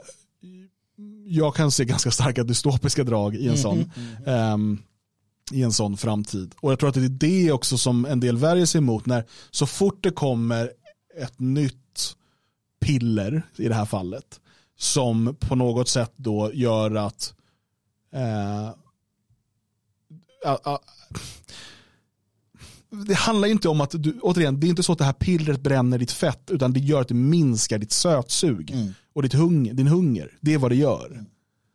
jag kan se ganska starka dystopiska drag i en mm. sån mm. Eh, i en sån framtid. Och jag tror att det är det också som en del värjer sig emot när så fort det kommer ett nytt piller i det här fallet som på något sätt då gör att eh, äh, äh, det handlar ju inte om att du, återigen, det är inte så att det här pillret bränner ditt fett utan det gör att det minskar ditt sötsug mm. och ditt hung, din hunger. Det är vad det gör. Mm.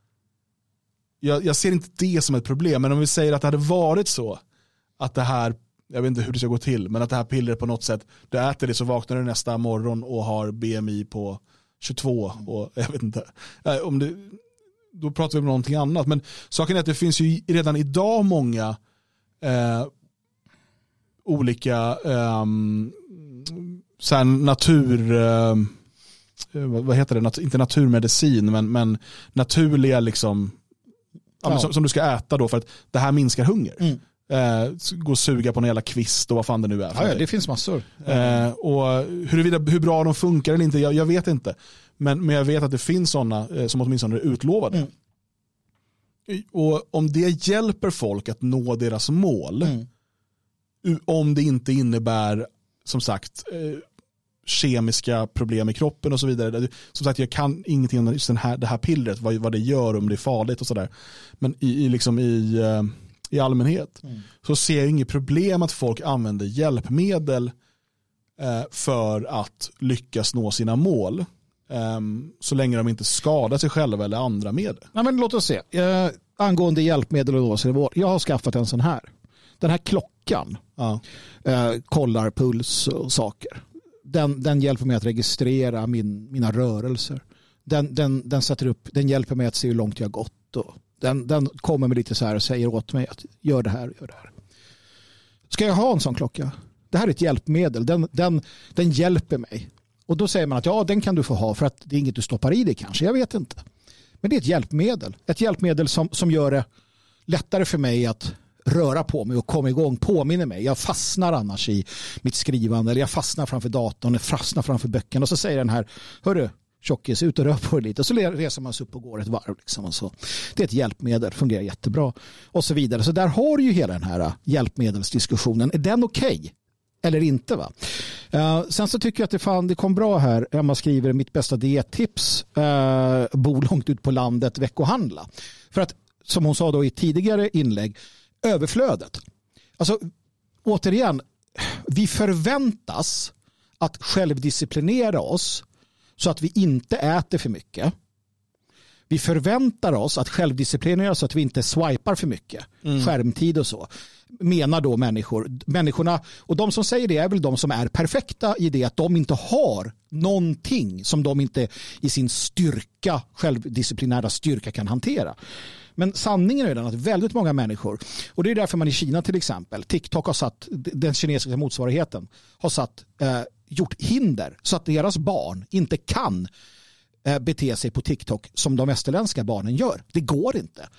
Jag, jag ser inte det som ett problem, men om vi säger att det hade varit så att det här, jag vet inte hur det ska gå till, men att det här pillret på något sätt, du äter det så vaknar du nästa morgon och har B M I på tjugotvå och jag vet inte, om det, då pratar vi om någonting annat. Men saken är att det finns ju redan idag många eh, olika eh, så här natur eh, vad heter det, Nat- inte naturmedicin men, men naturliga liksom ja, ja. Som, som du ska äta då för att det här minskar hunger. Mm. Eh, gå och suga på en jävla kvist och vad fan det nu är. Ja, ja, det finns massor. Eh, och huruvida, hur bra de funkar eller inte, jag, jag vet inte. Men, men jag vet att det finns sådana eh, som åtminstone är utlovade. Mm. Och om det hjälper folk att nå deras mål, mm. om det inte innebär som sagt eh, kemiska problem i kroppen och så vidare. Som sagt, jag kan ingenting om just den här, det här pillret, vad, vad det gör, om det är farligt och sådär. Men i, i, liksom i, uh, i allmänhet mm. så ser jag inget problem att folk använder hjälpmedel uh, för att lyckas nå sina mål. Um, så länge de inte skadar sig själva eller andra med det. Ja, men låt oss se. Uh, angående hjälpmedel och då, så jag har skaffat en sån här. Den här klockan ja. uh, kollar puls och saker. Den, den hjälper mig att registrera min, mina rörelser. Den, den, den, sätter upp, den hjälper mig att se hur långt jag har gått. Och den, den kommer med lite så här och säger åt mig att gör det här, gör det här. Ska jag ha en sån klocka? Det här är ett hjälpmedel. Den, den, den hjälper mig. Och då säger man att ja, den kan du få ha för att det är inget du stoppar i det kanske. Jag vet inte. Men det är ett hjälpmedel. Ett hjälpmedel som, som gör det lättare för mig att röra på mig och komma igång, påminner mig. Jag fastnar annars i mitt skrivande eller jag fastnar framför datorn, jag fastnar framför böckerna och så säger den här, hörru, tjockis, ut och rör på det lite och så reser man sig upp och går ett varv. Liksom, och så. Det är ett hjälpmedel, fungerar jättebra och så vidare. Så där har du ju hela den här hjälpmedelsdiskussionen. Är den okej? Okay? Eller inte va? Uh, sen så tycker jag att det, fan, det kom bra här. Emma skriver mitt bästa diettips. Uh, bo långt ut på landet, veckohandla. För att som hon sa då i tidigare inlägg, överflödet. Alltså återigen, vi förväntas att självdisciplinera oss så att vi inte äter för mycket. Vi förväntar oss att självdisciplinera så att vi inte swipar för mycket. Mm. Skärmtid och så. Menar då människor. Människorna, och de som säger det är väl de som är perfekta i det att de inte har någonting som de inte i sin styrka, självdisciplinära styrka kan hantera. Men sanningen är den att väldigt många människor, och det är därför man i Kina till exempel, TikTok har satt, den kinesiska motsvarigheten, har satt, eh, gjort hinder så att deras barn inte kan eh, bete sig på TikTok som de västerländska barnen gör. Det går inte.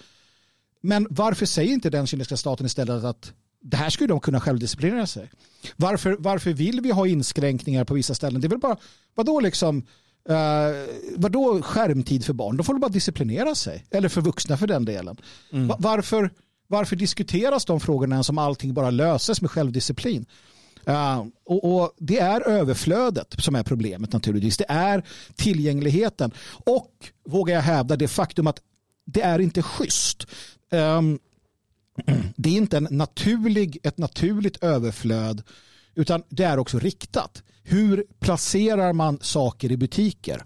Men varför säger inte den kinesiska staten istället att det här skulle de kunna självdisciplinera sig? Varför, varför vill vi ha inskränkningar på vissa ställen? Det är väl bara, vadå liksom, Uh, vadå skärmtid för barn? De får bara disciplinera sig. Eller för vuxna för den delen. Mm. Va- varför, varför diskuteras de frågorna som allting bara löses med självdisciplin? Uh, och, och det är överflödet som är problemet naturligtvis. Det är tillgängligheten. Och vågar jag hävda det faktum att det är inte schysst. Um, det är inte en naturlig, ett naturligt överflöd utan det är också riktat. Hur placerar man saker i butiker?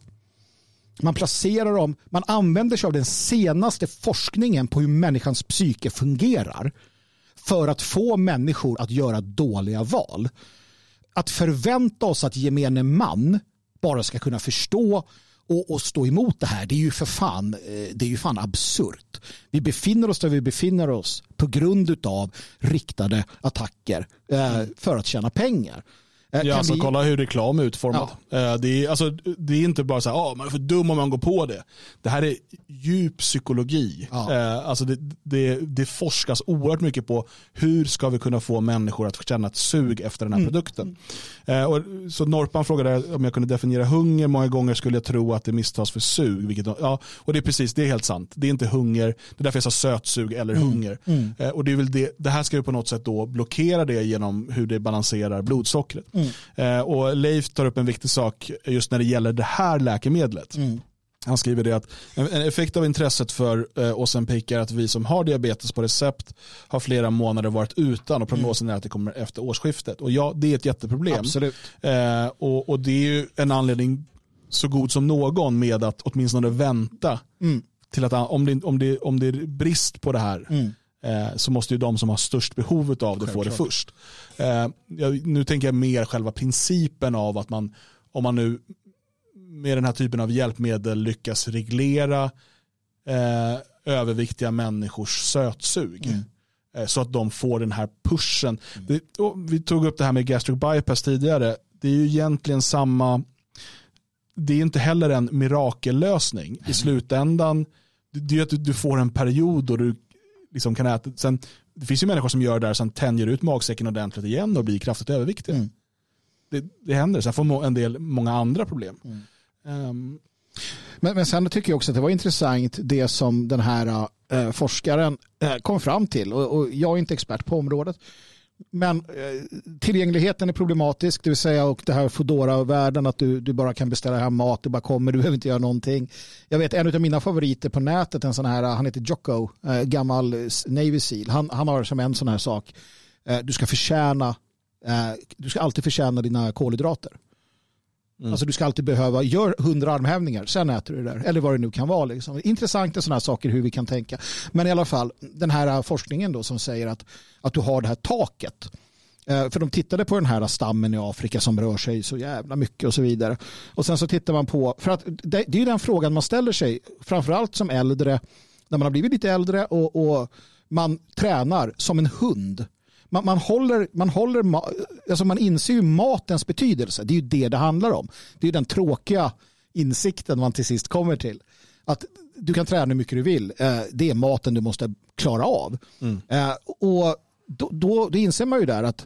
Man placerar dem, man använder sig av den senaste forskningen på hur människans psyke fungerar för att få människor att göra dåliga val. Att förvänta oss att gemene man bara ska kunna förstå och, och stå emot det här, det är ju för fan, det är ju fan absurt. Vi befinner oss där vi befinner oss på grund av riktade attacker eh, för att tjäna pengar. Ja, alltså vi... kolla hur reklam är utformat. Ja. Det, är, alltså, det är inte bara så här, ah, man är för dum om man går på det. Det här är djup psykologi. Ja. Alltså det, det, det forskas oerhört mycket på hur ska vi kunna få människor att känna ett sug efter den här mm. produkten. Mm. Och, så Norpan frågade om jag kunde definiera hunger. Många gånger skulle jag tro att det misstas för sug. Vilket, ja, och det är precis, det är helt sant. Det är inte hunger. Det är därför jag sa sötsug eller mm. hunger. Mm. Och det, är väl det, det här ska ju på något sätt då blockera det genom hur det balanserar blodsockret. Mm. Eh, och Leif tar upp en viktig sak just när det gäller det här läkemedlet. Mm. Han skriver det att en effekt av intresset för eh, Ozempic är att vi som har diabetes på recept har flera månader varit utan och prognosen mm. är att det kommer efter årsskiftet. Och ja, det är ett jätteproblem. Absolut. Eh, och, och det är ju en anledning så god som någon med att åtminstone vänta mm. till att om det, om, det, om det är brist på det här mm. så måste ju de som har störst behov av det få det först. Nu tänker jag mer själva principen av att man, om man nu med den här typen av hjälpmedel lyckas reglera eh, överviktiga människors sötsug mm. eh, så att de får den här pushen. Mm. Det, vi tog upp det här med gastric bypass tidigare. Det är ju egentligen samma, det är inte heller en mirakellösning. Mm. I slutändan, det är att du, du får en period då du liksom kan äta. Sen, det finns ju människor som gör det där, sen tänjer ut magsäcken ordentligt igen och blir kraftigt överviktiga. Mm. Det, det händer. Sen får en del många andra problem. Mm. Um. Men, men sen tycker jag också att det var intressant det som den här äh, forskaren äh, kom fram till. Och, och jag är inte expert på området. Men äh, tillgängligheten är problematisk. Det vill säga och det här Foodora-världen att du, du bara kan beställa hem mat. Du bara kommer, du behöver inte göra någonting. Jag vet en av mina favoriter på nätet, en sån här, han heter Jocko, äh, gammal Navy Seal. Han, han har som en sån här sak. Äh, du ska förtjäna, äh, du ska alltid förtjäna dina kolhydrater. Mm. Alltså du ska alltid behöva, gör hundra armhävningar, sen äter du det där. Eller vad det nu kan vara. Liksom. Intressanta sådana här saker hur vi kan tänka. Men i alla fall, den här forskningen då som säger att, att du har det här taket. Eh, för de tittade på den här stammen i Afrika som rör sig så jävla mycket och så vidare. Och sen så tittar man på, för att det, det är den frågan man ställer sig, framförallt som äldre, när man har blivit lite äldre och, och man tränar som en hund. Man, man, håller, man, håller, alltså man inser ju matens betydelse. Det är ju det det handlar om. Det är ju den tråkiga insikten man till sist kommer till. Att du kan träna hur mycket du vill. Det är maten du måste klara av. Mm. Och då, då, då inser man ju där att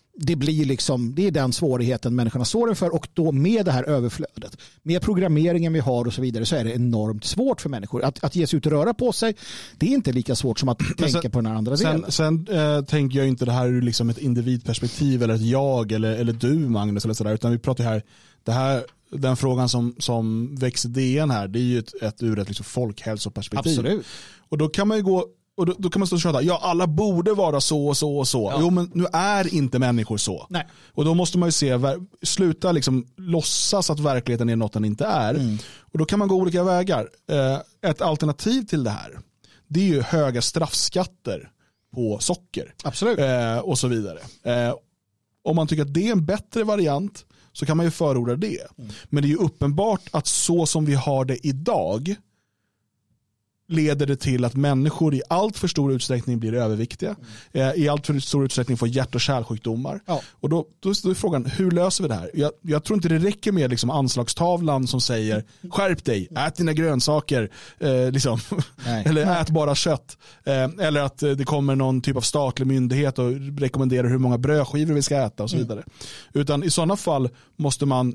det blir liksom, det är den svårigheten människorna står inför, och då med det här överflödet, med programmeringen vi har och så vidare, så är det enormt svårt för människor att, att ge sig ut och röra på sig. Det är inte lika svårt som att tänka sen, på den här andra sen, delen. Sen äh, tänker jag inte det här ur liksom ett individperspektiv eller ett jag eller, eller du Magnus eller sådär, utan vi pratar här, det här den frågan som, som växer D N här, det är ju ett, ett ur ett liksom folkhälsoperspektiv. Absolut. Och då kan man ju gå Och då, då kan man stå och köra, ja alla borde vara så och så och så. Ja. Jo men nu är inte människor så. Nej. Och då måste man ju se, sluta liksom låtsas att verkligheten är något den inte är. Mm. Och då kan man gå olika vägar. Ett alternativ till det här, det är ju höga straffskatter på socker. Absolut. Och så vidare. Om man tycker att det är en bättre variant så kan man ju förorda det. Mm. Men det är ju uppenbart att så som vi har det idag leder det till att människor i allt för stor utsträckning blir överviktiga. Mm. I allt för stor utsträckning får hjärt- och kärlsjukdomar. Ja. Och då, då är frågan, hur löser vi det här? Jag, jag tror inte det räcker med liksom anslagstavlan som säger skärp dig, ät dina grönsaker, eh, liksom. eller ät bara kött. Eh, eller att det kommer någon typ av statlig myndighet och rekommenderar hur många brödskivor vi ska äta och så vidare. Mm. Utan i sådana fall måste man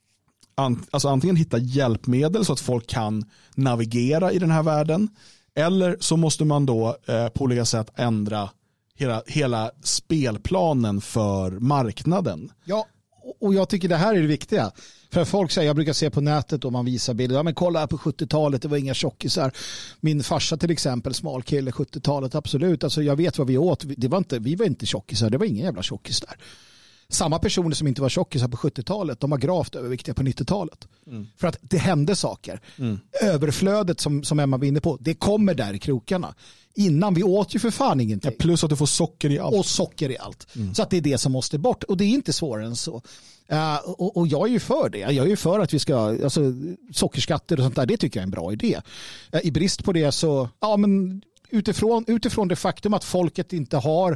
Alltså antingen hitta hjälpmedel så att folk kan navigera i den här världen, eller så måste man då eh, på olika sätt ändra hela, hela spelplanen för marknaden. Ja, och jag tycker det här är det viktiga. För folk säger, jag brukar se på nätet och man visar bilder, ja men kolla här på sjuttiotalet, det var inga tjockisar. Min farsa till exempel, smal kille, sjuttiotalet, absolut. Alltså jag vet vad vi åt, det var inte, vi var inte tjockisar, det var ingen jävla tjockis där. Samma personer som inte var tjockisar på sjuttiotalet, de var gravt överviktiga på nittiotalet. Mm. För att det hände saker. Mm. Överflödet som, som Emma var inne på, det kommer där i krokarna. Innan vi åt ju för fan ingenting. Ja, plus att du får socker i allt. Och socker i allt. Mm. Så att det är det som måste bort. Och det är inte svårare än så. Uh, och, och jag är ju för det. Jag är ju för att vi ska, alltså sockerskatter och sånt där, det tycker jag är en bra idé. Uh, I brist på det så, ja men utifrån, utifrån det faktum att folket inte har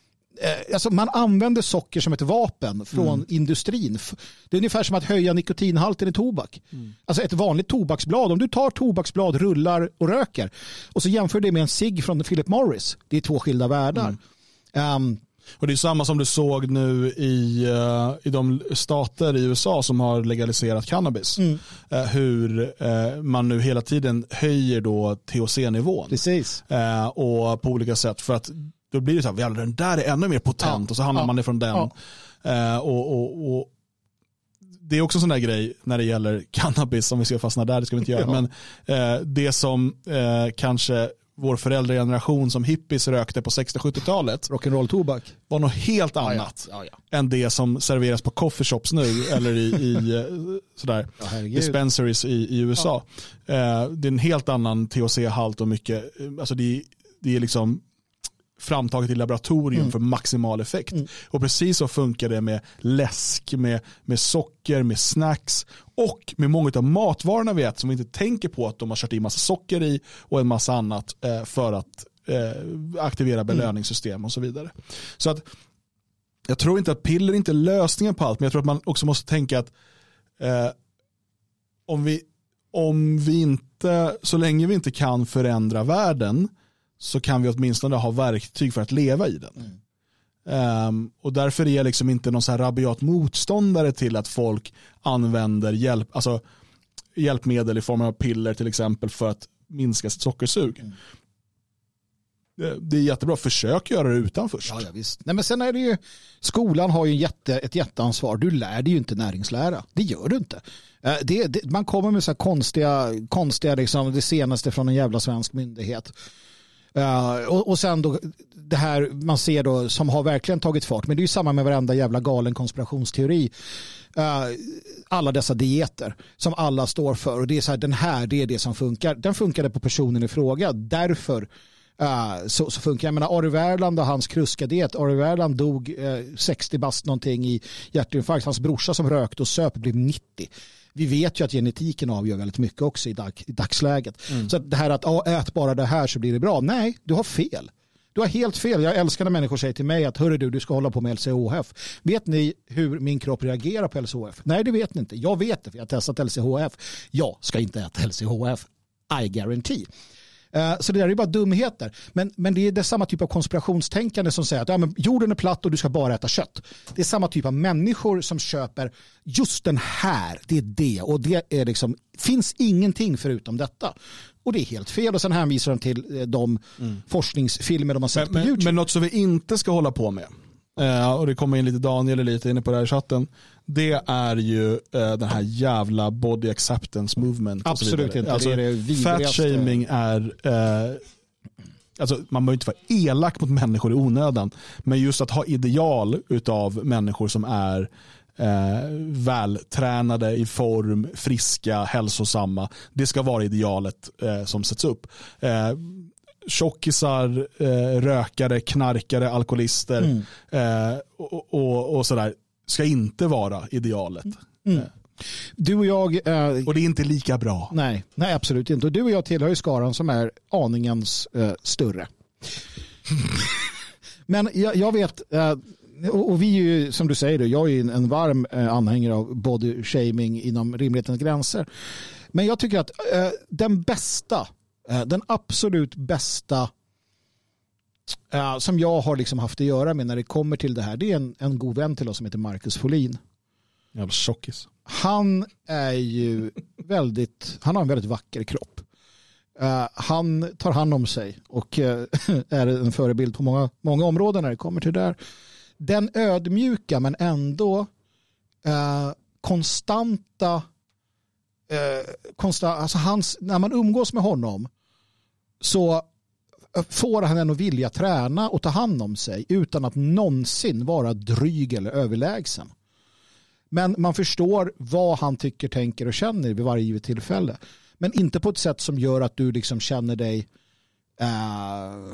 Alltså man använder socker som ett vapen från mm. industrin. Det är ungefär som att höja nikotinhalten i tobak. Mm. Alltså ett vanligt tobaksblad. Om du tar tobaksblad, rullar och röker och så jämför det med en cigg från Philip Morris. Det är två skilda världar. Mm. Um, och det är samma som du såg nu i, uh, i de stater i U S A som har legaliserat cannabis. Mm. Uh, hur uh, man nu hela tiden höjer då T H C-nivån. Precis. Uh, och på olika sätt för att då blir det så här, den där är ännu mer potent ja, och så handlar ja, man ifrån den. Ja. Uh, och, och, och det är också en sån där grej när det gäller cannabis, om vi ska fastna där, det ska vi inte göra. Ja. Men uh, det som uh, kanske vår föräldrageneration som hippies rökte på sextio-sjuttiotalet rock'n'roll-tobak var något helt annat ja, ja. Ja, ja. än det som serveras på coffeeshops nu eller i, i sådär ja, dispensaries i, i U S A. Ja. Uh, det är en helt annan T H C-halt och mycket, alltså det, det är liksom framtaget i laboratorium mm. för maximal effekt. Mm. Och precis så funkar det med läsk, med, med socker, med snacks och med många av matvarorna vi äter som vi inte tänker på att de har kört i massa socker i och en massa annat eh, för att eh, aktivera belöningssystem mm. och så vidare. Så att jag tror inte att piller inte är lösningen på allt, men jag tror att man också måste tänka att eh, om vi om vi inte, så länge vi inte kan förändra världen så kan vi åtminstone ha verktyg för att leva i den. Mm. Um, och därför är jag liksom inte någon så här rabiat motståndare till att folk använder hjälp, alltså hjälpmedel i form av piller till exempel för att minska sitt sockersug. Mm. Det, det är jättebra, försök göra det utan först. Ja, ja, visst. Nej, men sen är det ju, skolan har ju jätte, ett jätteansvar. Du lär dig ju inte näringslära. Det gör du inte. Det, det, man kommer med så här konstiga, konstiga liksom, det senaste från en jävla svensk myndighet. Uh, och, och sen då det här man ser då som har verkligen tagit fart, men det är ju samma med varenda jävla galen konspirationsteori. Uh, alla dessa dieter som alla står för, och det är så här, den här, det är det som funkar. Den funkade på personen i fråga, därför uh, så, så funkar. Jag menar Ari Värland och hans kruskadiet. Ari Värland dog uh, sextio bast någonting i hjärtinfarkt. Hans brorsa som rökte och söp blev nittio. Vi vet ju att genetiken avgör väldigt mycket också i, dag, i dagsläget. Mm. Så det här att ja, ät bara det här så blir det bra. Nej, du har fel. Du har helt fel. Jag älskar när människor säger till mig att hörru du, du ska hålla på med L C H F. Vet ni hur min kropp reagerar på L C H F? Nej, det vet ni inte. Jag vet det för jag har testat L C H F. Jag ska inte äta L C H F. I guarantee. Så det där är bara dumheter. Men, men det är det samma typ av konspirationstänkande som säger att ja, men jorden är platt och du ska bara äta kött. Det är samma typ av människor som köper just den här. Det är det. Och det är liksom, finns ingenting förutom detta. Och det är helt fel. Och sen hänvisar de till de mm. forskningsfilmer de har sett men, på YouTube. Men något som vi inte ska hålla på med, eh, och det kommer in lite Daniel lite inne på det här chatten, det är ju eh, den här jävla body acceptance movement. Absolut inte. Alltså, det är det fat shaming är eh, alltså, man behöver inte vara elak mot människor i onödan, men just att ha ideal utav människor som är eh, vältränade, i form, friska, hälsosamma, det ska vara idealet eh, som sätts upp. Eh, tjockisar, eh, rökare, knarkare, alkoholister mm. eh, och, och, och sådär ska inte vara idealet. Mm. Du och jag... Eh, och det är inte lika bra. Nej, nej, absolut inte. Och du och jag tillhör ju skaran som är aningens eh, större. Men jag, jag vet... Eh, och, och vi är ju, som du säger, jag är en varm eh, anhängare av body shaming inom rimlighetens gränser. Men jag tycker att eh, den bästa, eh, den absolut bästa Uh, som jag har liksom haft att göra med när det kommer till det här, det är en, en god vän till oss som heter Marcus Folin. Jävla tjockis. Han är ju väldigt, han har en väldigt vacker kropp. Uh, han tar hand om sig och uh, är en förebild på många, många områden när det kommer till det där. Den ödmjuka men ändå uh, konstanta uh, konstant, alltså hans, när man umgås med honom så får han en att vilja träna och ta hand om sig utan att någonsin vara dryg eller överlägsen. Men man förstår vad han tycker, tänker och känner vid varje givet tillfälle. Men inte på ett sätt som gör att du liksom känner dig uh,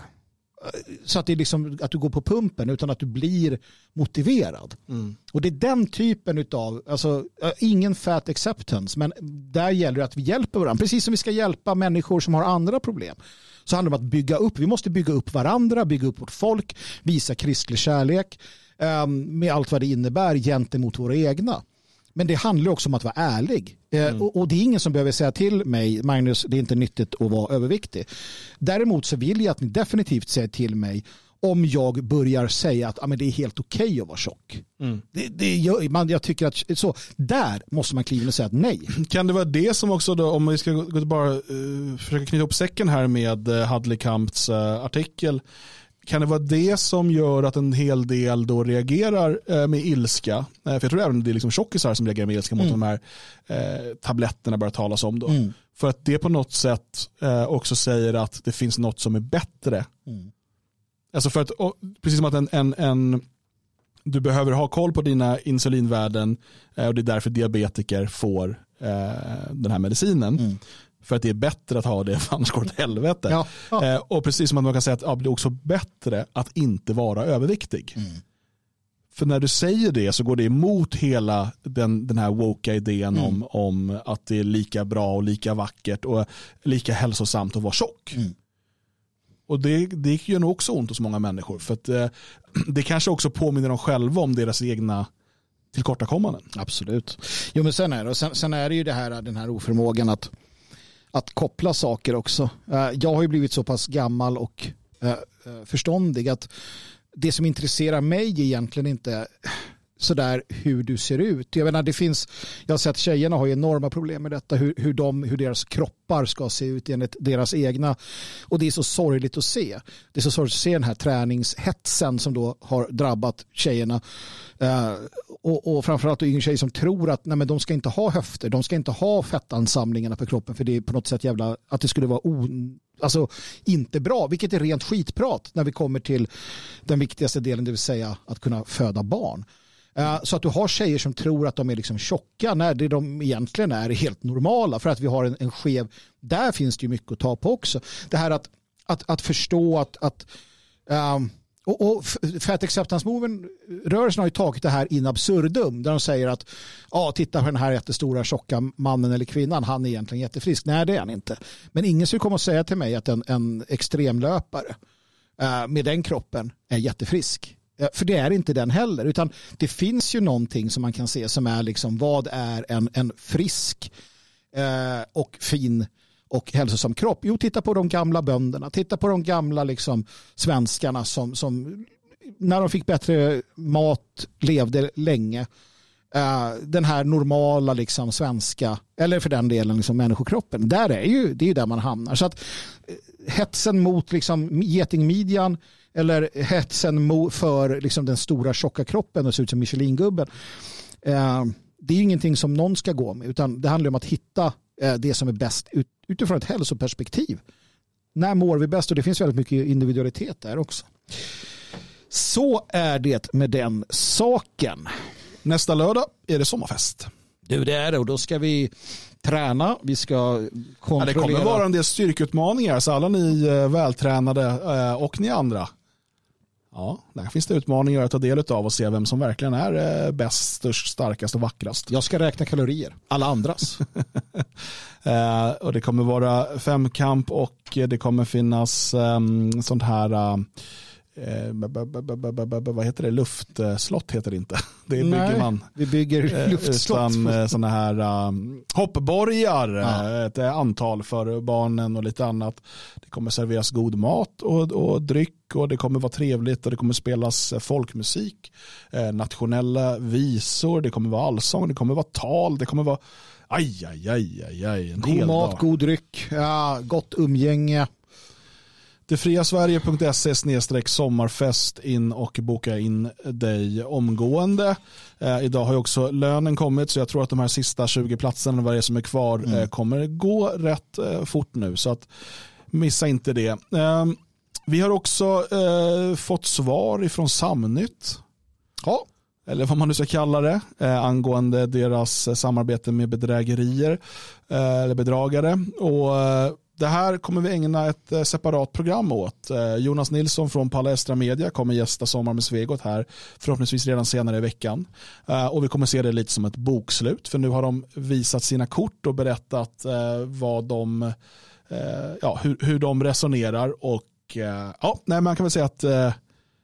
så att det är liksom att du går på pumpen, utan att du blir motiverad. Mm. Och det är den typen av, alltså ingen fat acceptance, men där gäller det att vi hjälper varandra. Precis som vi ska hjälpa människor som har andra problem. Så handlar det om att bygga upp. Vi måste bygga upp varandra, bygga upp vårt folk, visa kristlig kärlek um, med allt vad det innebär gentemot våra egna. Men det handlar också om att vara ärlig. Mm. Uh, och, och det är ingen som behöver säga till mig, Magnus, det är inte nyttigt att vara överviktig. Däremot så vill jag att ni definitivt säger till mig om jag börjar säga att ah, men det är helt okej okay att vara tjock. Mm. Det, det gör, man, jag tycker att så, där måste man kliva och säga att nej. Kan det vara det som också då, om vi ska gå, gå bara uh, försöka knyta upp säcken här med uh, Hadley-Kamps uh, artikel, kan det vara det som gör att en hel del då reagerar uh, med ilska? Uh, för jag tror även det är liksom tjockisar som reagerar med ilska mot mm. de här uh, tabletterna börjar talas om då. Mm. För att det på något sätt uh, också säger att det finns något som är bättre. Mm. Alltså för att, precis som att en, en, en, du behöver ha koll på dina insulinvärden eh, och det är därför diabetiker får eh, den här medicinen. Mm. För att det är bättre att ha det, för annars går det åt helvete. Ja. Ja. Eh, och precis som att man kan säga att ja, det är också bättre att inte vara överviktig. Mm. För när du säger det så går det emot hela den, den här woke-idén mm. om, om att det är lika bra och lika vackert och lika hälsosamt att vara tjock. Mm. Och det, det gör nog också ont hos många människor. För att eh, det kanske också påminner dem själva om deras egna tillkortakommanden. Absolut. Jo, men sen är det, sen, sen är det ju det här, den här oförmågan att, att koppla saker också. Uh, jag har ju blivit så pass gammal och uh, förståndig att det som intresserar mig är egentligen inte sådär hur du ser ut. Jag menar, det finns, jag har sett tjejerna har ju enorma problem med detta, hur, hur, de, hur deras kroppar ska se ut enligt deras egna, och det är så sorgligt att se. Det är så sorgligt att se den här träningshetsen som då har drabbat tjejerna uh, och, och framförallt yngre tjejer som tror att nej, men de ska inte ha höfter, de ska inte ha fettansamlingarna på kroppen för det är på något sätt jävla, att det skulle vara on, alltså inte bra, vilket är rent skitprat när vi kommer till den viktigaste delen, det vill säga att kunna föda barn. Så att du har tjejer som tror att de är liksom tjocka när det de egentligen är helt normala, för att vi har en, en skev, där finns det ju mycket att ta på också. Det här att, att, att förstå att, att um, och, och Fat Acceptance Movement, rörelsen har ju tagit det här in absurdum där de säger att ja, titta på den här jättestora tjocka mannen eller kvinnan, han är egentligen jättefrisk. Nej, det är han inte. Men ingen skulle komma och säga till mig att en, en extremlöpare uh, med den kroppen är jättefrisk. För det är inte den heller, utan det finns ju någonting som man kan se som är liksom, vad är en, en frisk eh, och fin och hälsosam kropp? Jo, titta på de gamla bönderna. Titta på de gamla liksom, svenskarna som, som när de fick bättre mat levde länge. Uh, den här normala liksom, svenska, eller för den delen liksom, människokroppen. Där är ju, det är ju där man hamnar. Så att uh, hetsen mot liksom, getingmidjan eller hetsen mot, för liksom, den stora tjocka kroppen och ser ut som Michelin-gubben. Uh, det är ju ingenting som någon ska gå med, utan det handlar om att hitta uh, det som är bäst ut, utifrån ett hälsoperspektiv. När mår vi bäst? Och det finns väldigt mycket individualitet där också. Så är det med den saken. Nästa lördag är det sommarfest. Du, det är det, och då ska vi träna, vi ska kontrollera. Ja, det kommer vara en del styrkeutmaningar, så alla ni vältränade och ni andra. Ja, där finns det utmaningar att ta del av och se vem som verkligen är bäst, störst, starkast och vackrast. Jag ska räkna kalorier, alla andras. Och det kommer vara femkamp och det kommer finnas um, sånt här... Um, Eh, b- b- b- b- b- vad heter det? Luftslott heter det inte. Det bygger Nej, man. Vi bygger luftslott. Utan eh, sådana här um, hoppborgar, ja. Ett antal för barnen och lite annat. Det kommer serveras god mat och, och dryck och det kommer vara trevligt och det kommer spelas folkmusik, eh, nationella visor, det kommer vara allsång, det kommer vara tal, det kommer vara aj, aj, aj, aj, aj en god hel mat, dag. god dryck, ja, gott umgänge. detfriasverige punkt se snedstreck sommarfest in och boka in dig omgående. Eh, idag har ju också lönen kommit, så jag tror att de här sista tjugo platserna, vad det är som är kvar, mm. eh, kommer gå rätt eh, fort nu, så att missa inte det. Eh, vi har också eh, fått svar ifrån Samnytt. Ja. Eller vad man nu ska kalla det, eh, angående deras eh, samarbete med bedrägerier eh, eller bedragare. Och eh, det här kommer vi ägna ett eh, separat program åt. Eh, Jonas Nilsson från Palestra Media kommer gästa Sommar med Svegot här, förhoppningsvis redan senare i veckan. Eh, och vi kommer se det lite som ett bokslut, för nu har de visat sina kort och berättat eh, vad de, eh, ja, hur, hur de resonerar. Och eh, ja, nej, man kan väl säga att eh,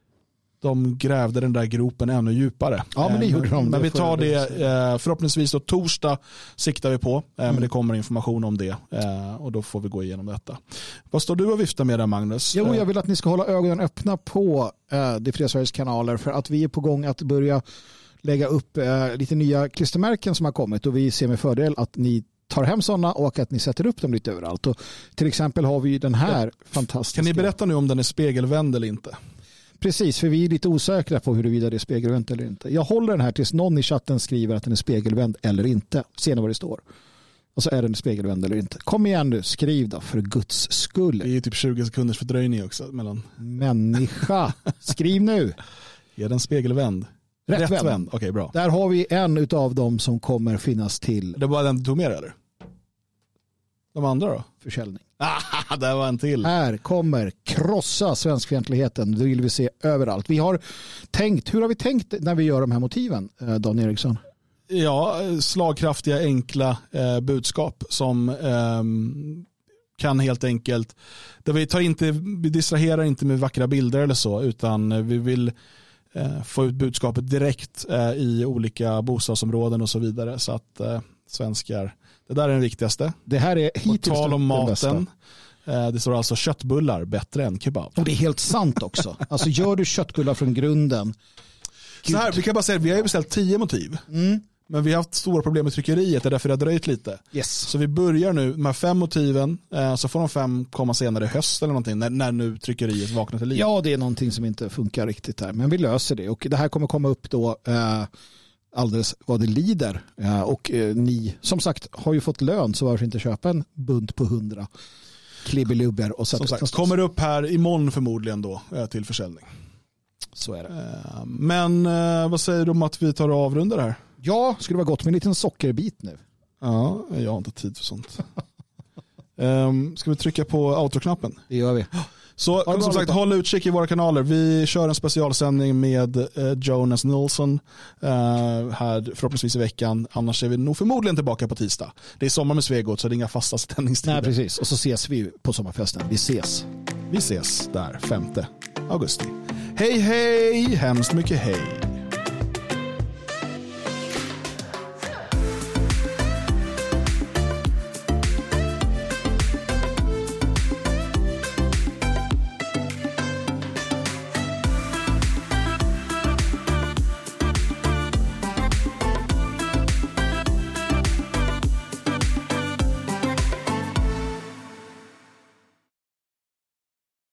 de grävde den där gropen ännu djupare. Ja, men det gjorde de. Men vi tar det förhoppningsvis då torsdag siktar vi på. Mm. Men det kommer information om det. Och då får vi gå igenom detta. Vad står du och viftar med där, Magnus? Jo, jag vill att ni ska hålla ögonen öppna på eh, Det fria Sveriges kanaler, för att vi är på gång att börja lägga upp eh, lite nya klistermärken som har kommit, och vi ser med fördel att ni tar hem sådana och att ni sätter upp dem lite överallt. Och till exempel har vi den här ja. fantastiska. Kan ni berätta nu om den är spegelvänd eller inte? Precis, för vi är lite osäkra på huruvida det är spegelvänd eller inte. Jag håller den här tills någon i chatten skriver att den är spegelvänd eller inte. Se vad det står. Och så är den spegelvänd eller inte. Kom igen nu, skriv då, för Guds skull. Det är typ tjugo sekunders fördröjning också. Mellan... Människa, skriv nu. Är den spegelvänd? Rättvänd. Rättvänd. Okej, bra. Där har vi en av dem som kommer finnas till. Det var den du tog med, eller? De andra då? Försäljning. Ah, där var en till. Här kommer krossa svenskfientligheten. Det vill vi se överallt. Vi har tänkt, hur har vi tänkt när vi gör de här motiven, Dan Eriksson? Ja, slagkraftiga, enkla eh, budskap som eh, kan helt enkelt, där vi tar inte, vi distraherar inte med vackra bilder eller så, utan vi vill eh, få ut budskapet direkt eh, i olika bostadsområden och så vidare, så att eh, svenskar, det där är den viktigaste. Det här är hittills tal om maten. Bästa. Det står alltså köttbullar bättre än kebab. Och det är helt sant också. Alltså gör du köttbullar från grunden. Så här, vi kan bara säga att vi har beställt tio motiv. Mm. Men vi har haft stora problem med tryckeriet, det är därför det har dröjt lite. Yes. Så vi börjar nu med fem motiven, så får de fem komma senare i höst eller någonting, när, när nu tryckeriet vaknar till liv. Ja, det är någonting som inte funkar riktigt där. Men vi löser det. Och det här kommer komma upp då eh, alldeles vad det lider. Eh, och eh, ni, som sagt, har ju fått lön, så varför inte köpa en bunt på hundra klibbilubber och sätta som sagt, kommer upp här imorgon förmodligen då till försäljning. Så är det. Men vad säger du om att vi tar och avrundar det här? Ja, skulle vara gott med en liten sockerbit nu. Ja, jag har inte tid för sånt. um, ska vi trycka på outro-knappen? Det gör vi. Så som bra, sagt, håll utkik i våra kanaler. Vi kör en specialsändning med uh, Jonas Nilsson uh, här förhoppningsvis i veckan. Annars är vi nog förmodligen tillbaka på tisdag. Det är sommar med Svegot, så det är inga fasta ställningstider. Nej, precis. Och så ses vi på sommarfesten. Vi ses. Vi ses där femte augusti. Hej, hej! Hemskt mycket hej!